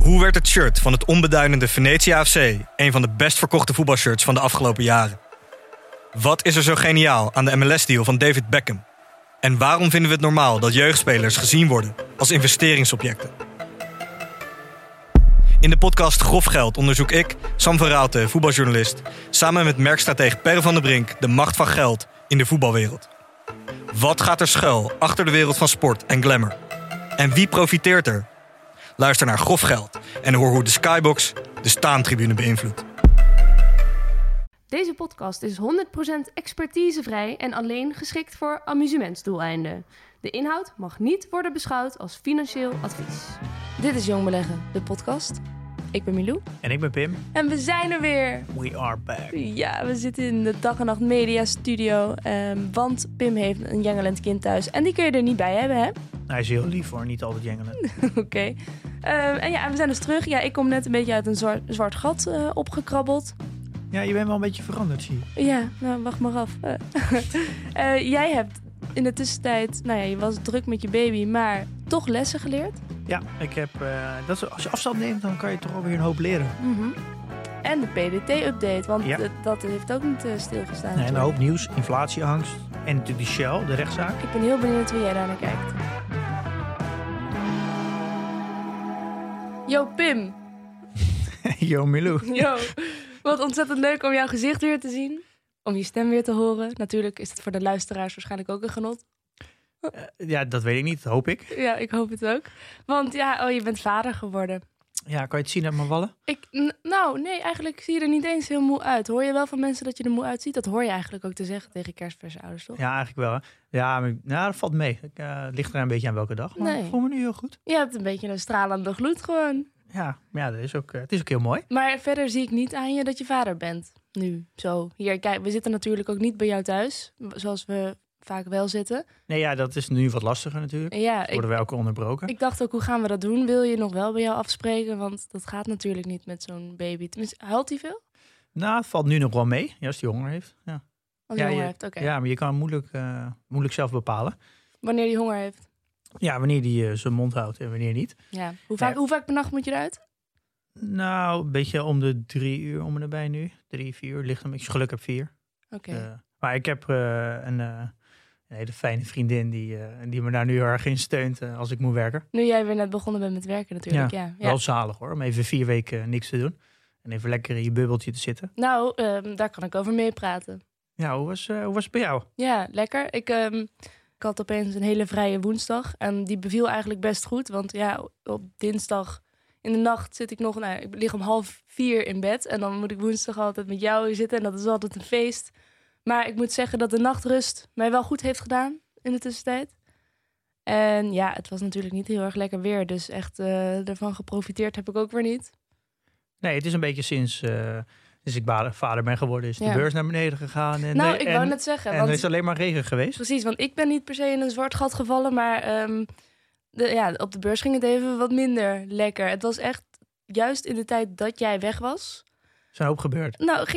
Hoe werd het shirt van het onbeduidende Venetia FC een van de best verkochte voetbalshirts van de afgelopen jaren? Wat is er zo geniaal aan de MLS-deal van David Beckham? En waarom vinden we het normaal dat jeugdspelers gezien worden als investeringsobjecten? In de podcast Grof Geld onderzoek ik, Sam van Raalte, voetbaljournalist, samen met merkstratege Per van der Brink de macht van geld in de voetbalwereld. Wat gaat er schuil achter de wereld van sport en glamour? En wie profiteert er? Luister naar Grof Geld en hoor hoe de Skybox de staantribune beïnvloedt. Deze podcast is 100% expertisevrij en alleen geschikt voor amusementsdoeleinden. De inhoud mag niet worden beschouwd als financieel advies. Dit is Jong Beleggen, de podcast. Ik ben Milou. En ik ben Pim. En we zijn er weer. We are back. Ja, we zitten in de Dag en Nacht Media Studio. Want Pim heeft een jengelend kind thuis. En die kun je er niet bij hebben, hè? Hij is heel lief hoor, niet altijd jengelen. Oké. En ja, we zijn dus terug. Ja, ik kom net een beetje uit een zwart gat opgekrabbeld. Ja, je bent wel een beetje veranderd, zie je. Ja, nou, wacht maar af. Jij hebt in de tussentijd, nou ja, je was druk met je baby, maar toch lessen geleerd. Ja, ik heb, als je afstand neemt, dan kan je toch alweer een hoop leren. Mm-hmm. En de PDT-update, want Ja. dat heeft ook niet stilgestaan. Nee, een hoop nieuws, inflatieangst en natuurlijk die Shell, de rechtszaak. Ik ben heel benieuwd hoe jij daar naar kijkt. Yo, Pim. Yo, Milou. Yo, wat ontzettend leuk om jouw gezicht weer te zien. Om je stem weer te horen. Natuurlijk is het voor de luisteraars waarschijnlijk ook een genot. Ja, dat weet ik niet, hoop ik. Ja, ik hoop het ook. Want ja, je bent vader geworden. Ja, kan je het zien uit mijn wallen? Nou, nee, eigenlijk zie je er niet eens heel moe uit. Hoor je wel van mensen dat je er moe uitziet? Dat hoor je eigenlijk ook te zeggen tegen kerstverse ouders, toch? Ja, eigenlijk wel. Hè? Ja, maar, nou, dat valt mee. Het ligt er een beetje aan welke dag. Maar Nee. ik voel me nu heel goed. Je hebt een beetje een stralende gloed gewoon. Ja, maar ja, dat is ook, het is ook heel mooi. Maar verder zie ik niet aan je dat je vader bent. Nu, zo. Hier, kijk, we zitten natuurlijk ook niet bij jou thuis. Zoals we vaak wel zitten. Nee, ja, dat is nu wat lastiger natuurlijk. En ja, Worden we elke keer onderbroken. ik dacht ook, hoe gaan we dat doen? Wil je nog wel bij jou afspreken? Want dat gaat natuurlijk niet met zo'n baby. Tenminste, huilt hij veel? Nou, het valt nu nog wel mee. Ja, als hij honger heeft. Ja. Als hij Ja, honger heeft, oké. Ja, maar je kan moeilijk zelf bepalen. Wanneer hij honger heeft. Ja, wanneer die zijn mond houdt en wanneer niet. Ja. Ja. Hoe vaak per nacht moet je eruit? Nou, een beetje om de 3 uur om en nabij nu. 3, 4 uur. Ligt hem. Als je geluk hebt 4. Oké. Maar ik heb een hele fijne vriendin die me daar nu heel erg in steunt als ik moet werken. Nu jij weer net begonnen bent met werken natuurlijk. Ja. Wel zalig hoor. Om even 4 weken niks te doen. En even lekker in je bubbeltje te zitten. Nou, daar kan ik over meepraten. Ja, hoe was het bij jou? Ja, lekker. Ik had opeens een hele vrije woensdag. En die beviel eigenlijk best goed. Want ja, op dinsdag in de nacht zit ik nog... Nou, ik lig om 3:30 in bed. En dan moet ik woensdag altijd met jou zitten. En dat is altijd een feest. Maar ik moet zeggen dat de nachtrust mij wel goed heeft gedaan in de tussentijd. En ja, het was natuurlijk niet heel erg lekker weer. Dus echt ervan geprofiteerd heb ik ook weer niet. Nee, het is een beetje sinds ik vader ben geworden, is de beurs naar beneden gegaan. En, Nou, ik wou net zeggen. En Want, er is alleen maar regen geweest. precies, want ik ben niet per se in een zwart gat gevallen. Maar op de beurs ging het even wat minder lekker. Het was echt juist in de tijd dat jij weg was. Er is een hoop gebeurd. Nou,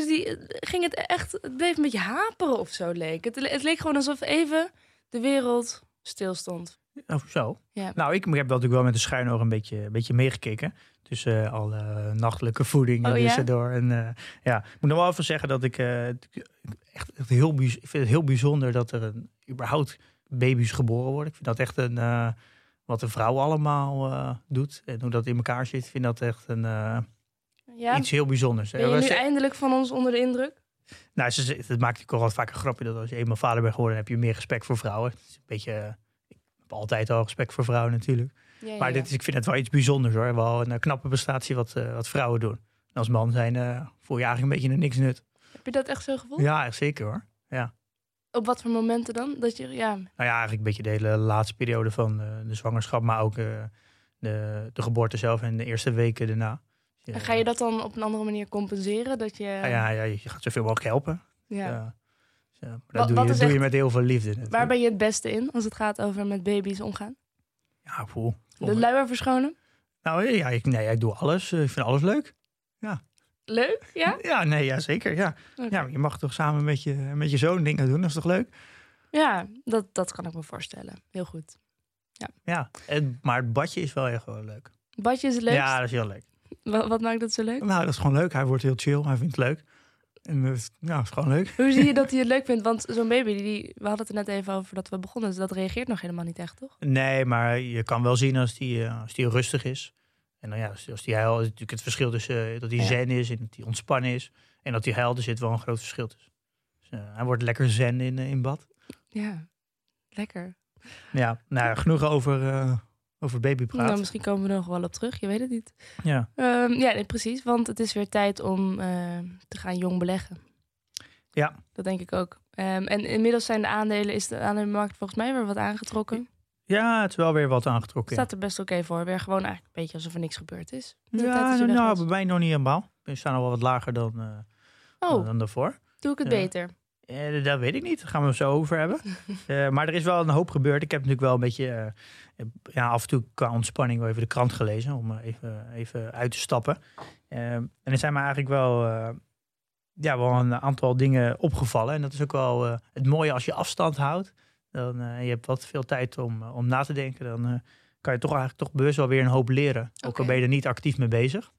het bleef een beetje haperen of zo leek. Het leek gewoon alsof even de wereld stilstond. Of zo. Ja. Nou, ik heb wel natuurlijk wel met een schuin oog een beetje meegekeken. Tussen alle nachtelijke voeding en tussendoor. En ik moet nog wel even zeggen dat ik echt ik vind het heel bijzonder dat er überhaupt baby's geboren worden. Ik vind dat echt wat een vrouw allemaal doet. En hoe dat in elkaar zit, ik vind dat echt iets heel bijzonders. Ben je nu eindelijk van ons onder de indruk? Nou, het maakt natuurlijk al wat vaak een grapje dat als je eenmaal vader bent geworden, heb je meer respect voor vrouwen. Het is een beetje, ik heb altijd al respect voor vrouwen natuurlijk. Ja, maar ik vind het wel iets bijzonders hoor. Wel een knappe prestatie wat vrouwen doen. En als man zijn voel je eigenlijk een beetje een niks nut. Heb je dat echt zo gevoeld? Ja, echt zeker hoor. Ja. Op wat voor momenten dan? Dat je, Nou ja, eigenlijk een beetje de hele laatste periode van de zwangerschap, maar ook de geboorte zelf en de eerste weken daarna. En ga je dat dan op een andere manier compenseren? Dat je... Ja, je gaat zoveel mogelijk helpen. Ja. Maar dat doe je met heel veel liefde. Natuurlijk. Waar ben je het beste in als het gaat over met baby's omgaan? Ja, de luier verschonen? Nou ja, ik doe alles. Ik vind alles leuk. Ja. Leuk, ja? Ja, zeker. Ja. Okay. Ja, maar je mag toch samen met je zoon dingen doen, dat is toch leuk? Ja, dat kan ik me voorstellen. Heel goed. Ja, maar het badje is wel echt wel leuk. Badje is het leukst? Ja, dat is heel leuk. Wat maakt dat zo leuk? Nou, dat is gewoon leuk. Hij wordt heel chill. Hij vindt het leuk. En dat is gewoon leuk. Hoe zie je dat hij het leuk vindt? Want zo'n baby, we hadden het er net even over dat we begonnen. Dus dat reageert nog helemaal niet echt, toch? Nee, maar je kan wel zien als die rustig is. En dan als die huilt, is natuurlijk het verschil tussen dat hij zen is en dat hij ontspannen is. En dat hij huilt, er zit wel een groot verschil tussen. Dus, hij wordt lekker zen in bad. Ja, lekker. Ja, nou genoeg over baby praten. Nou, misschien komen we er nog wel op terug, je weet het niet. Ja, nee, precies. Want het is weer tijd om te gaan jong beleggen. Ja. Dat denk ik ook. En inmiddels is de aandelenmarkt volgens mij weer wat aangetrokken. Ja, het is wel weer wat aangetrokken. Staat er best oké voor. Weer gewoon eigenlijk een beetje alsof er niks gebeurd is. Ja, bij mij nog niet helemaal. We staan nog wel wat lager dan daarvoor. Doe ik het beter? Dat weet ik niet. Daar gaan we het zo over hebben. Maar er is wel een hoop gebeurd. Ik heb natuurlijk wel een beetje af en toe qua ontspanning wel even de krant gelezen. Om even uit te stappen. En er zijn me eigenlijk wel een aantal dingen opgevallen. En dat is ook wel het mooie als je afstand houdt. Dan je hebt wat veel tijd om na te denken. Dan kan je toch bewust wel weer een hoop leren. Ook al ben je er niet actief mee bezig.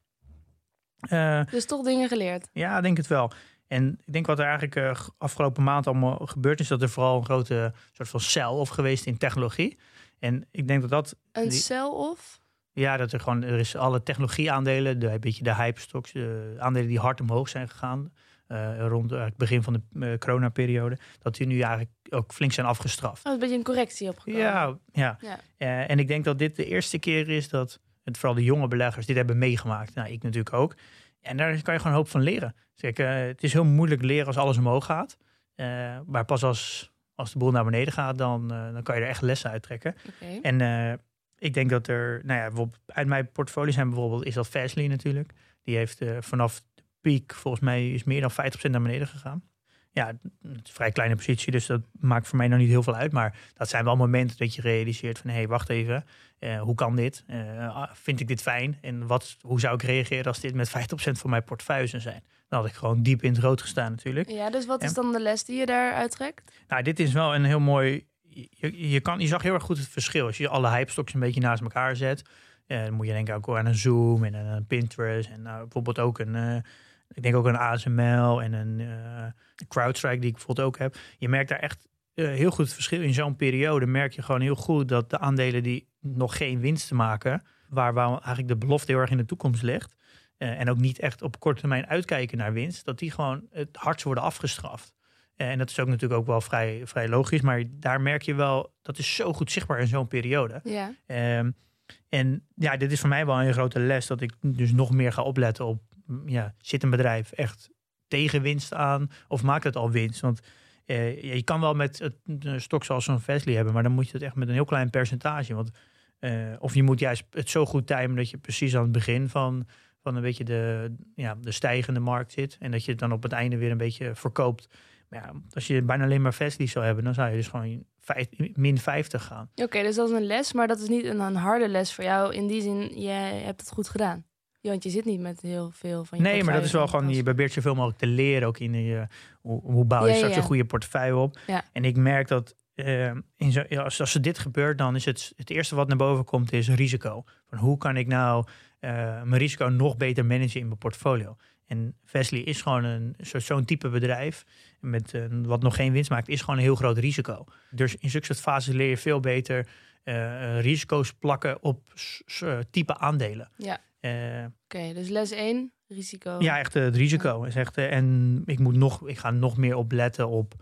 Dus toch dingen geleerd? Ja, ik denk het wel. En ik denk wat er eigenlijk afgelopen maand allemaal gebeurd is, dat er vooral een grote soort van sell-off geweest in technologie. En ik denk dat Een sell-off? Ja, dat er is alle technologieaandelen, een beetje de hype-stocks, de aandelen die hard omhoog zijn gegaan rond het begin van de coronaperiode, dat die nu eigenlijk ook flink zijn afgestraft. Een beetje een correctie opgekomen. Ja. En ik denk dat dit de eerste keer is dat vooral de jonge beleggers dit hebben meegemaakt. Nou, ik natuurlijk ook. En daar kan je gewoon een hoop van leren. Dus het is heel moeilijk leren als alles omhoog gaat. Maar pas als de boel naar beneden gaat, dan kan je er echt lessen uit trekken. Okay. En ik denk dat er, uit mijn portfolio zijn bijvoorbeeld, is dat Fastly natuurlijk. Die heeft vanaf de piek, volgens mij, is meer dan 50% naar beneden gegaan. Ja, het is een vrij kleine positie, dus dat maakt voor mij nog niet heel veel uit. Maar dat zijn wel momenten dat je realiseert van, hé, wacht even. Hoe kan dit? Vind ik dit fijn? En hoe zou ik reageren als dit met 50% van mijn portefeuille zou zijn? Dan had ik gewoon diep in het rood gestaan natuurlijk. Ja, dus wat is dan de les die je daar uittrekt? Nou, dit is wel een heel mooi... Je zag heel erg goed het verschil. Als je alle hype-stocks een beetje naast elkaar zet, dan moet je denken ook aan een Zoom en een Pinterest. En bijvoorbeeld ook ik denk ook een ASML en een CrowdStrike die ik bijvoorbeeld ook heb. Je merkt daar echt heel goed het verschil. In zo'n periode merk je gewoon heel goed dat de aandelen die nog geen winsten maken, waar eigenlijk de belofte heel erg in de toekomst ligt, en ook niet echt op korte termijn uitkijken naar winst, dat die gewoon het hardst worden afgestraft. En dat is ook natuurlijk ook wel vrij logisch, maar daar merk je wel, dat is zo goed zichtbaar in zo'n periode. Ja. En ja, dit is voor mij wel een grote les, dat ik dus nog meer ga opletten op, zit een bedrijf echt tegen winst aan of maakt het al winst? Want je kan wel met een stok zoals zo'n Fastly hebben, maar dan moet je het echt met een heel klein percentage. Want of je moet juist het zo goed timen dat je precies aan het begin van een beetje de stijgende markt zit en dat je het dan op het einde weer een beetje verkoopt. Maar ja, als je bijna alleen maar Fastly zou hebben, dan zou je dus gewoon min 50 gaan. Oké, dus dat is een les, maar dat is niet een harde les voor jou. In die zin, jij hebt het goed gedaan. Ja, want je zit niet met heel veel van je Nee, maar dat is wel gewoon, je probeert zoveel mogelijk te leren. Ook in hoe bouw je straks een goede portefeuille op. Ja. En ik merk dat als er dit gebeurt, dan is het eerste wat naar boven komt, is risico. Van hoe kan ik nou mijn risico nog beter managen in mijn portfolio? En Fastly is gewoon zo'n type bedrijf met wat nog geen winst maakt, is gewoon een heel groot risico. Dus in zulke soort fases leer je veel beter risico's plakken op type aandelen. Ja. Oké, dus les 1, risico. Ja, echt het risico. Is echt, en ik ga nog meer opletten op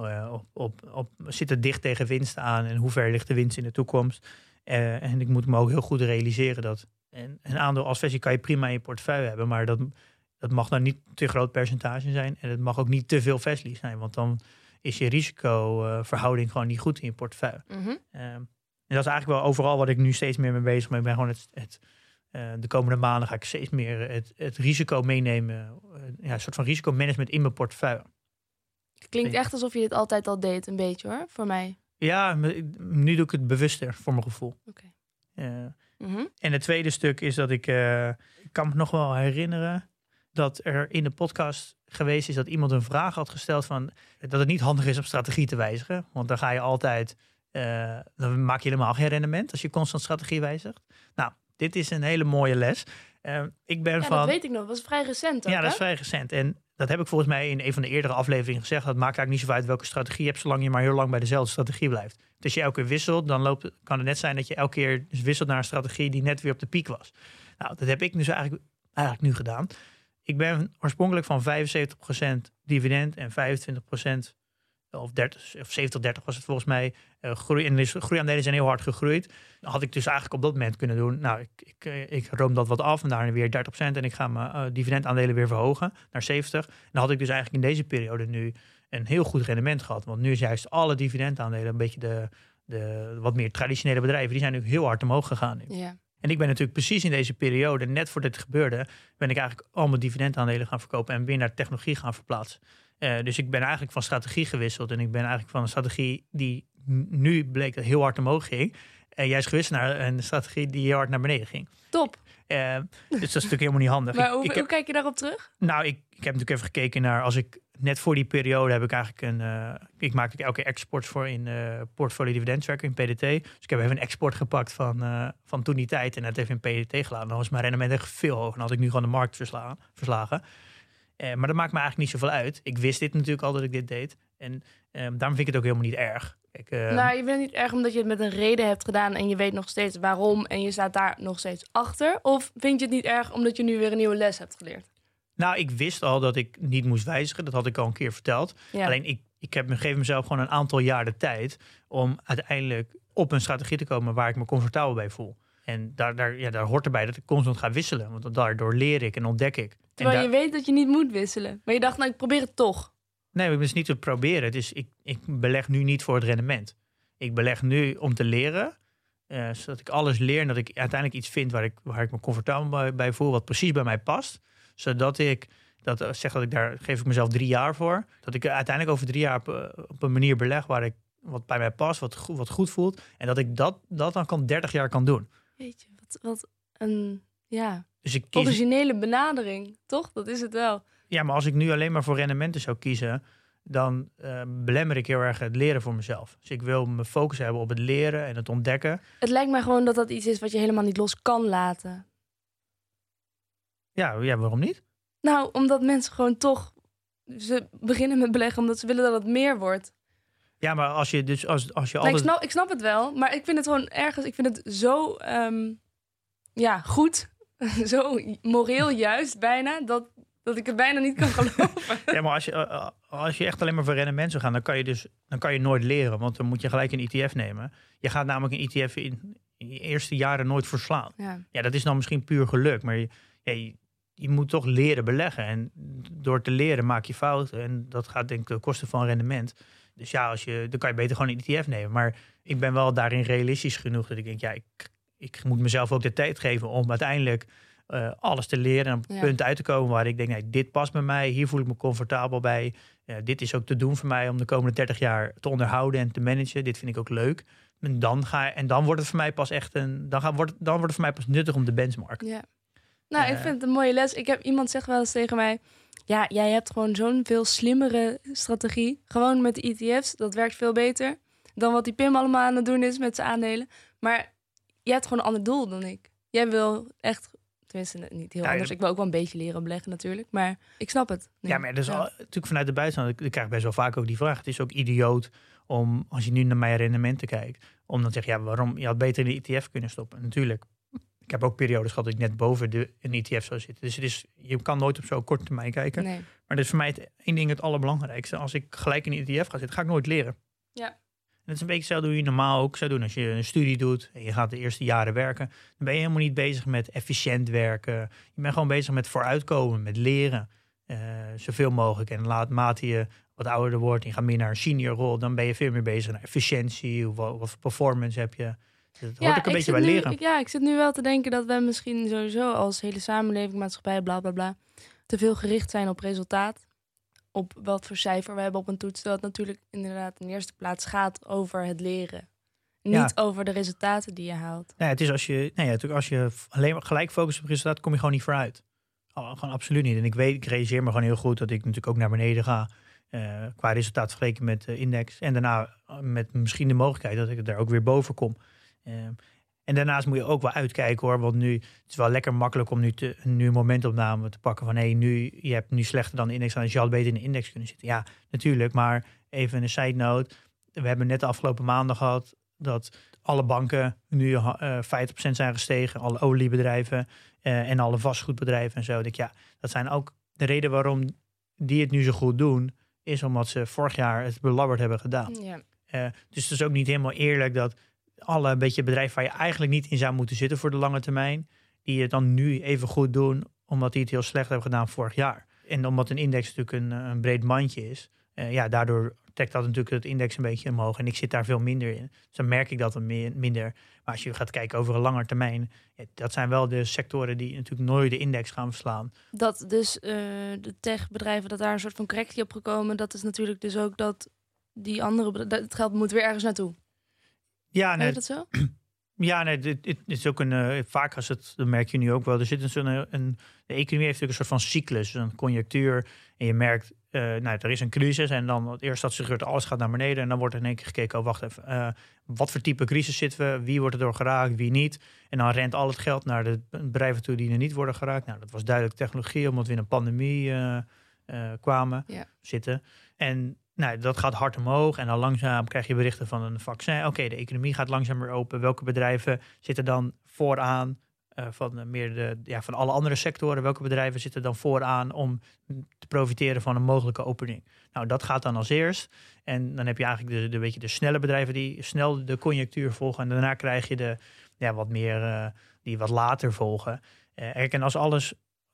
zit het dicht tegen winst aan en hoe ver ligt de winst in de toekomst. En ik moet me ook heel goed realiseren dat een aandeel als Fastly kan je prima in je portefeuille hebben, maar dat mag nou niet te groot percentage zijn en het mag ook niet te veel Fastly zijn, want dan is je risicoverhouding gewoon niet goed in je portefeuille. Mm-hmm. En dat is eigenlijk wel overal wat ik nu steeds meer mee bezig ben. Ik ben gewoon de komende maanden ga ik steeds meer het risico meenemen. Een soort van risicomanagement in mijn portefeuille. Het klinkt echt alsof je dit altijd al deed, een beetje hoor, voor mij. Ja, nu doe ik het bewuster voor mijn gevoel. Okay. Mm-hmm. En het tweede stuk is dat ik kan me nog wel herinneren dat er in de podcast geweest is dat iemand een vraag had gesteld van dat het niet handig is om strategie te wijzigen. Want dan ga je altijd, dan maak je helemaal geen rendement als je constant strategie wijzigt. Nou, dit is een hele mooie les. Dat weet ik nog. Dat was vrij recent ook, Ja, dat is vrij recent. En dat heb ik volgens mij in een van de eerdere afleveringen gezegd. Dat maakt eigenlijk niet zoveel uit welke strategie je hebt, zolang je maar heel lang bij dezelfde strategie blijft. Dus als je elke keer wisselt, dan kan het net zijn dat je elke keer dus wisselt naar een strategie die net weer op de piek was. Nou, dat heb ik dus eigenlijk nu gedaan. Ik ben oorspronkelijk van 75% dividend en 25% of 70-30 was het volgens mij. Groeiaandelen zijn heel hard gegroeid. Dan had ik dus eigenlijk op dat moment kunnen doen. Nou, ik room dat wat af en daarna weer 30%. En ik ga mijn dividendaandelen weer verhogen naar 70%. En dan had ik dus eigenlijk in deze periode nu een heel goed rendement gehad. Want nu is juist alle dividendaandelen een beetje de wat meer traditionele bedrijven. Die zijn nu heel hard omhoog gegaan nu. Ja. En ik ben natuurlijk precies in deze periode, net voordat dit gebeurde, ben ik eigenlijk al mijn dividendaandelen gaan verkopen en weer naar technologie gaan verplaatsen. Dus ik ben eigenlijk van strategie gewisseld. En ik ben eigenlijk van een strategie die nu bleek dat heel hard omhoog ging. En juist gewisseld naar een strategie die heel hard naar beneden ging. Top. Dus dat is natuurlijk helemaal niet handig. Maar hoe kijk je daarop terug? Nou, ik heb natuurlijk even gekeken naar, als ik net voor die periode heb ik eigenlijk ik maak elke export voor in portfolio dividendtracker in PDT. Dus ik heb even een export gepakt van toen die tijd en het even in PDT geladen. Dan was mijn rendement echt veel hoger. Dan had ik nu gewoon de markt verslagen. Maar dat maakt me eigenlijk niet zoveel uit. Ik wist dit natuurlijk al dat ik dit deed. En daarom vind ik het ook helemaal niet erg. Nou, je bent niet erg omdat je het met een reden hebt gedaan en je weet nog steeds waarom en je staat daar nog steeds achter? Of vind je het niet erg omdat je nu weer een nieuwe les hebt geleerd? Nou, ik wist al dat ik niet moest wijzigen. Dat had ik al een keer verteld. Ja. Alleen ik geef mezelf gewoon een aantal jaar de tijd om uiteindelijk op een strategie te komen waar ik me comfortabel bij voel. En daar hoort erbij dat ik constant ga wisselen. Want daardoor leer ik en ontdek ik. Terwijl je weet dat je niet moet wisselen. Maar je dacht, nou, ik probeer het toch. Nee, het is niet te proberen. Het is, ik beleg nu niet voor het rendement. Ik beleg nu om te leren. Zodat ik alles leer en dat ik uiteindelijk iets vind waar ik me comfortabel bij voel. Wat precies bij mij past. Zodat geef ik mezelf 3 jaar voor. Dat ik uiteindelijk over 3 jaar op een manier beleg wat bij mij past. Wat goed voelt. En dat ik dat dan 30 jaar kan doen. Weet je, wat een dus originele benadering. Toch? Dat is het wel. Ja, maar als ik nu alleen maar voor rendementen zou kiezen, dan belemmer ik heel erg het leren voor mezelf. Dus ik wil me focus hebben op het leren en het ontdekken. Het lijkt mij gewoon dat iets is wat je helemaal niet los kan laten. Ja, waarom niet? Nou, omdat mensen gewoon toch, ze beginnen met beleggen omdat ze willen dat het meer wordt. Ja, maar als je altijd... Ik snap het wel, maar ik vind het gewoon ergens, ik vind het zo goed, zo moreel juist bijna, dat ik het bijna niet kan geloven. Ja, maar als je echt alleen maar voor rendement zou gaan, dan kan je nooit leren. Want dan moet je gelijk een ETF nemen. Je gaat namelijk een ETF in je eerste jaren nooit verslaan. Ja, dat is dan misschien puur geluk. Maar je moet toch leren beleggen. En door te leren maak je fouten. En dat gaat denk ik ten koste van rendement. Dus ja, dan kan je beter gewoon een ETF nemen. Maar ik ben wel daarin realistisch genoeg dat ik denk, ik moet mezelf ook de tijd geven om uiteindelijk alles te leren en op het punt uit te komen waar ik denk, nee, dit past bij mij, hier voel ik me comfortabel bij. Dit is ook te doen voor mij om de komende 30 jaar te onderhouden en te managen. Dit vind ik ook leuk. En dan wordt het voor mij pas echt dan wordt het voor mij pas nuttig om te benchmarken. Ja. Nou, ik vind het een mooie les. Iemand zegt wel eens tegen mij, ja, jij hebt gewoon zo'n veel slimmere strategie. Gewoon met de ETF's, dat werkt veel beter dan wat die Pim allemaal aan het doen is met zijn aandelen. Maar jij hebt gewoon een ander doel dan ik. Jij wil echt, tenminste niet heel anders. Ik wil ook wel een beetje leren beleggen natuurlijk, maar ik snap het. Nee. Ja, maar dat is natuurlijk vanuit de buitenland. Ik krijg best wel vaak ook die vraag. Het is ook idioot om, als je nu naar mijn rendementen kijkt, om dan te zeggen, waarom? Je had beter in de ETF kunnen stoppen. Natuurlijk. Ik heb ook periodes gehad dat ik net boven een ETF zou zitten. Dus je kan nooit op zo'n korte termijn kijken. Nee. Maar dat is voor mij één ding het allerbelangrijkste. Als ik gelijk in een ETF ga zitten, ga ik nooit leren. Ja. En dat is een beetje hetzelfde hoe je normaal ook zou doen. Als je een studie doet en je gaat de eerste jaren werken, dan ben je helemaal niet bezig met efficiënt werken. Je bent gewoon bezig met vooruitkomen, met leren. Zoveel mogelijk. En naarmate je wat ouder wordt en je gaat meer naar een senior rol, dan ben je veel meer bezig naar efficiëntie. Wat voor performance heb je? Dat hoort ook een beetje bij leren. Ik zit nu wel te denken dat we misschien sowieso als hele samenleving, maatschappij, bla bla bla, te veel gericht zijn op resultaat. Op wat voor cijfer we hebben op een toets. Dat natuurlijk inderdaad in de eerste plaats gaat over het leren. Niet over de resultaten die je haalt. Nee, het is als je alleen maar gelijk focust op resultaat, kom je gewoon niet vooruit. Gewoon absoluut niet. En ik realiseer me gewoon heel goed dat ik natuurlijk ook naar beneden ga. Qua resultaat vergeleken met de index. En daarna met misschien de mogelijkheid dat ik er ook weer boven kom. En daarnaast moet je ook wel uitkijken hoor. Want nu het is wel lekker makkelijk om nu een momentopname te pakken. Van je hebt nu slechter dan de index. Dan je had beter in de index kunnen zitten. Ja, natuurlijk. Maar even een side note. We hebben net de afgelopen maanden gehad dat alle banken nu 50% zijn gestegen. Alle oliebedrijven en alle vastgoedbedrijven en zo. Dat zijn ook de reden waarom die het nu zo goed doen. Is omdat ze vorig jaar het belabberd hebben gedaan. Ja. Dus het is ook niet helemaal eerlijk dat alle beetje bedrijven waar je eigenlijk niet in zou moeten zitten voor de lange termijn, die het dan nu even goed doen, omdat die het heel slecht hebben gedaan vorig jaar. En omdat een index natuurlijk een breed mandje is, daardoor trekt dat natuurlijk het index een beetje omhoog. En ik zit daar veel minder in. Dus dan merk ik dat minder. Maar als je gaat kijken over een langer termijn, dat zijn wel de sectoren die natuurlijk nooit de index gaan verslaan. Dat dus de techbedrijven, dat daar een soort van correctie op gekomen, dat is natuurlijk dus ook dat die andere, het geld moet weer ergens naartoe. Ja, nee. Is dat zo? Ja, nee, het is ook vaak als het, dat merk je nu ook wel. Er zit de economie heeft natuurlijk een soort van cyclus, een conjunctuur. En je merkt, er is een crisis en dan het eerste dat zich gebeurt, alles gaat naar beneden. En dan wordt er in één keer gekeken, wacht even, wat voor type crisis zitten we? Wie wordt er door geraakt, wie niet? En dan rent al het geld naar de bedrijven toe die er niet worden geraakt. Nou, dat was duidelijk technologie, omdat we in een pandemie kwamen zitten. En dat gaat hard omhoog en dan langzaam krijg je berichten van een vaccin. Oké, de economie gaat langzaam weer open. Welke bedrijven zitten dan vooraan van alle andere sectoren? Welke bedrijven zitten dan vooraan om te profiteren van een mogelijke opening? Nou, dat gaat dan als eerst. En dan heb je eigenlijk de snelle bedrijven die snel de conjunctuur volgen. En daarna krijg je de wat meer die wat later volgen. En als alles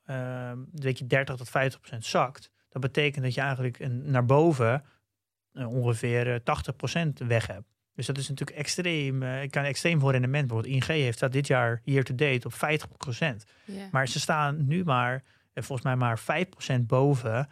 30 tot 50% zakt, dat betekent dat je eigenlijk naar boven ongeveer 80% weg hebt. Dus dat is natuurlijk extreem. Kan extreem veel rendement. Bijvoorbeeld ING heeft dat dit jaar year to date op 50%. Yeah. Maar ze staan nu maar volgens mij maar 5% boven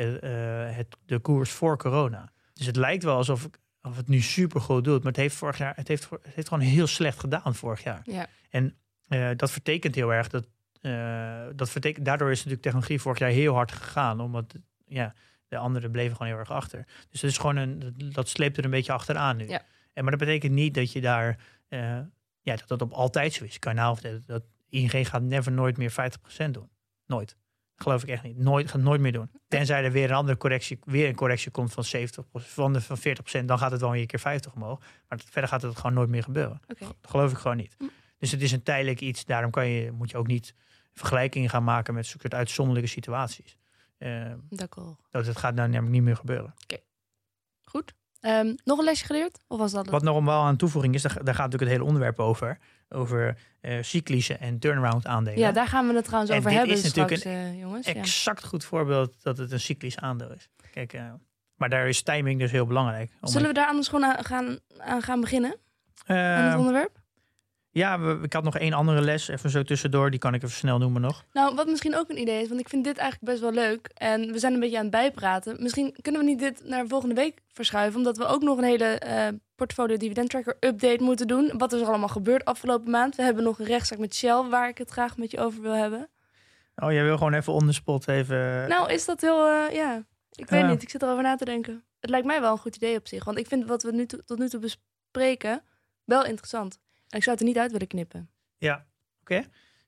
de koers voor corona. Dus het lijkt wel alsof het nu super goed doet. Maar het heeft gewoon heel slecht gedaan vorig jaar. Yeah. En dat vertekent heel erg daardoor is natuurlijk technologie vorig jaar heel hard gegaan. Omdat de anderen bleven gewoon heel erg achter. Dus het is gewoon dat sleept er een beetje achteraan nu. Ja. Maar dat betekent niet dat je daar dat op altijd zo is. Kan je nou vertellen dat ING gaat nooit meer 50% doen. Nooit. Dat geloof ik echt niet. Gaat nooit meer doen. Tenzij er weer een andere correctie komt van 70%, van 40%, dan gaat het wel weer een keer 50 omhoog. Maar verder gaat het gewoon nooit meer gebeuren. Okay. Dat geloof ik gewoon niet. Dus het is een tijdelijk iets. Daarom moet je ook niet vergelijkingen gaan maken met soort uitzonderlijke situaties. Dat gaat nou namelijk niet meer gebeuren. Oké. Goed. Nog een lesje geleerd? Of was dat het? Wat nog wel aan toevoeging is, daar gaat natuurlijk het hele onderwerp over cyclische en turnaround aandelen. Ja, daar gaan we het trouwens over hebben. Dit is natuurlijk straks, jongens. Exact goed voorbeeld dat het een cyclisch aandeel is. Kijk, maar daar is timing dus heel belangrijk. Zullen we daar anders gewoon aan gaan beginnen? Aan het onderwerp? Ja, ik had nog 1 andere les, even zo tussendoor. Die kan ik even snel noemen nog. Nou, wat misschien ook een idee is, want ik vind dit eigenlijk best wel leuk. En we zijn een beetje aan het bijpraten. Misschien kunnen we niet dit naar volgende week verschuiven, omdat we ook nog een hele portfolio dividend tracker update moeten doen. Wat is er allemaal gebeurd afgelopen maand? We hebben nog een rechtszaak met Shell, waar ik het graag met je over wil hebben. Oh, jij wil gewoon even on the spot even... Nou, is dat heel... ik weet niet, ik zit erover na te denken. Het lijkt mij wel een goed idee op zich, want ik vind wat we tot nu toe bespreken wel interessant. En ik zou het er niet uit willen knippen. Ja, oké.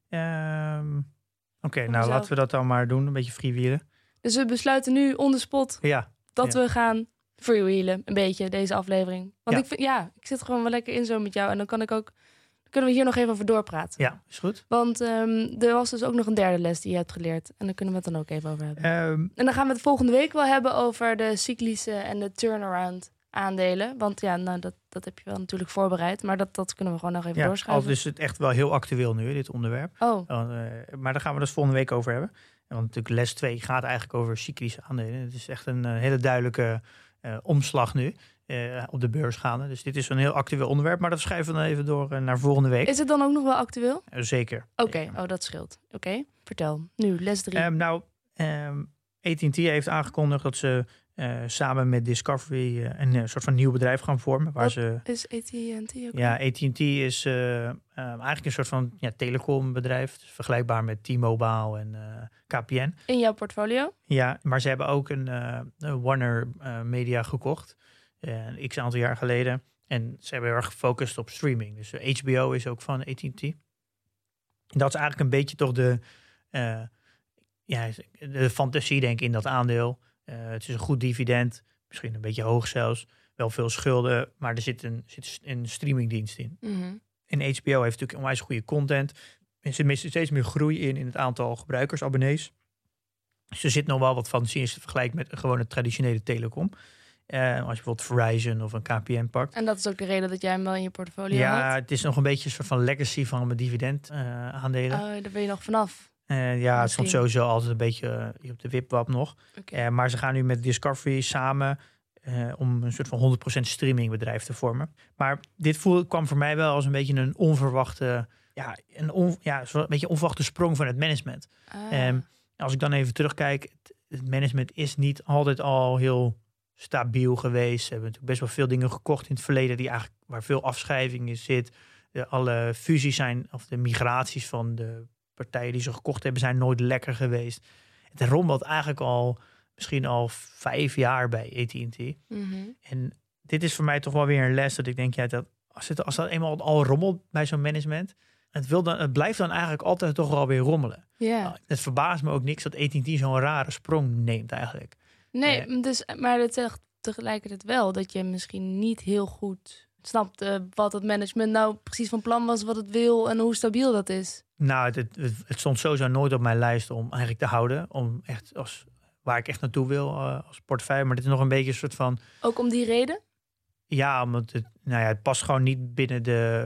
Nou laten we dat dan maar doen. Een beetje freewheelen. Dus we besluiten nu on the spot dat we gaan freewheelen. Een beetje, deze aflevering. Want ik zit gewoon wel lekker in zo met jou. En dan kunnen we hier nog even over doorpraten. Ja, is goed. Want er was dus ook nog een derde les die je hebt geleerd. En daar kunnen we het dan ook even over hebben. En dan gaan we het volgende week wel hebben over de cyclische en de turnaround aandelen. Want dat heb je wel natuurlijk voorbereid. Maar dat kunnen we gewoon nog even doorschuiven. Al is het echt wel heel actueel nu, dit onderwerp. Oh. Maar daar gaan we dus volgende week over hebben. Want natuurlijk les 2 gaat eigenlijk over cyclische aandelen. Het is echt een hele duidelijke omslag nu op de beurs gaande. Dus dit is een heel actueel onderwerp. Maar dat schuiven we dan even door naar volgende week. Is het dan ook nog wel actueel? Zeker. Oké, dat scheelt. Oké, vertel. Nu, les 3. AT&T heeft aangekondigd dat ze samen met Discovery een soort van nieuw bedrijf gaan vormen. Is AT&T ook? Ja, AT&T is eigenlijk een soort van telecombedrijf. Dus vergelijkbaar met T-Mobile en KPN. In jouw portfolio? Ja, maar ze hebben ook een Warner Media gekocht. X aantal jaar geleden. En ze hebben heel erg gefocust op streaming. Dus HBO is ook van AT&T. Dat is eigenlijk een beetje toch de fantasie, denk ik, in dat aandeel. Het is een goed dividend. Misschien een beetje hoog zelfs. Wel veel schulden. Maar er zit een streamingdienst in. Mm-hmm. En HBO heeft natuurlijk onwijs goede content. En ze missen steeds meer groei in het aantal gebruikers, abonnees. Dus er zit nog wel wat fantasie in vergelijk met een gewone traditionele telecom. Als je bijvoorbeeld Verizon of een KPN pakt. En dat is ook de reden dat jij hem wel in je portfolio had? Ja, het is nog een beetje een soort van legacy van mijn dividend aandelen. Oh, daar ben je nog vanaf. Het stond sowieso altijd een beetje op de wipwap nog. Okay. Maar ze gaan nu met Discovery samen om een soort van 100% streamingbedrijf te vormen. Maar dit kwam voor mij wel als een beetje een onverwachte... een beetje onverwachte sprong van het management. Als ik dan even terugkijk, het management is niet altijd al heel stabiel geweest. Ze hebben natuurlijk best wel veel dingen gekocht in het verleden waar veel afschrijving in zit. Alle fusies of de migraties van de partijen die ze gekocht hebben zijn nooit lekker geweest. Het rommelt eigenlijk misschien al 5 jaar bij AT&T. Mm-hmm. En dit is voor mij toch wel weer een les dat ik denk, dat als dat eenmaal al rommelt bij zo'n management, het blijft dan eigenlijk altijd toch wel weer rommelen. Yeah. Het verbaast me ook niks dat AT&T zo'n rare sprong neemt eigenlijk. Nee, maar het zegt tegelijkertijd wel dat je misschien niet heel goed snapt wat het management nou precies van plan was, wat het wil en hoe stabiel dat is. Nou, het stond sowieso nooit op mijn lijst om eigenlijk te houden. Om echt waar ik echt naartoe wil als portefeuille. Maar dit is nog een beetje een soort van... Ook om die reden? Ja, omdat het past gewoon niet binnen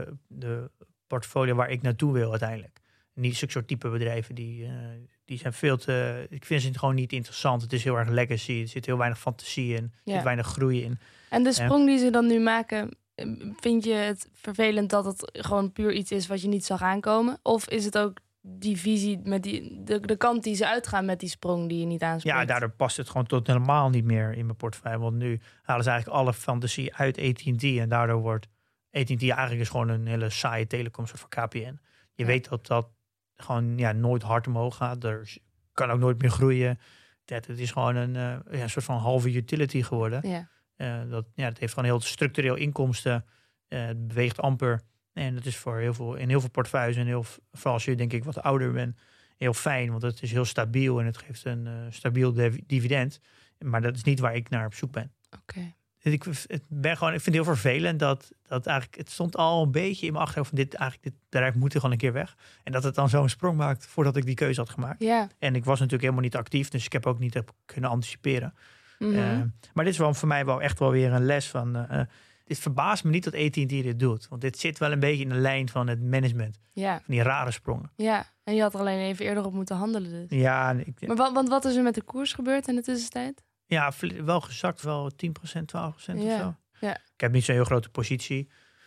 de portfolio waar ik naartoe wil uiteindelijk. Niet zulke soort type bedrijven die zijn veel te... Ik vind ze gewoon niet interessant. Het is heel erg legacy. Er zit heel weinig fantasie in. Er zit weinig groei in. En de sprong die ze dan nu maken, vind je het vervelend dat het gewoon puur iets is wat je niet zag aankomen? Of is het ook die visie met de kant die ze uitgaan met die sprong die je niet aanspreekt? Ja, daardoor past het gewoon tot helemaal niet meer in mijn portefeuille. Want nu halen ze eigenlijk alle fantasie uit AT&T. En daardoor wordt AT&T eigenlijk is gewoon een hele saaie telecom soort van KPN. Je weet dat gewoon nooit hard omhoog gaat. Er kan ook nooit meer groeien. Het is gewoon een soort van halve utility geworden. Ja. Dat heeft gewoon heel structureel inkomsten. Het beweegt amper. En dat is voor in heel veel portefeuilles en vooral als je denk ik wat ouder bent, heel fijn. Want het is heel stabiel en het geeft een stabiel dividend. Maar dat is niet waar ik naar op zoek ben. Oké. Ik vind het heel vervelend dat eigenlijk... Het stond al een beetje in mijn achterhoofd van dit bedrijf moet er gewoon een keer weg. En dat het dan zo'n sprong maakt voordat ik die keuze had gemaakt. Ja. En ik was natuurlijk helemaal niet actief, dus ik heb ook niet kunnen anticiperen. Mm-hmm. Maar dit is wel voor mij wel echt wel weer een les van... dit verbaast me niet dat AT&T dit doet. Want dit zit wel een beetje in de lijn van het management. Ja. Van die rare sprongen. Ja, en je had er alleen even eerder op moeten handelen dus. Ja. Maar wat is er met de koers gebeurd in de tussentijd? Ja, wel gezakt, wel 10%, 12% of zo. Ja. Ik heb niet zo'n heel grote positie.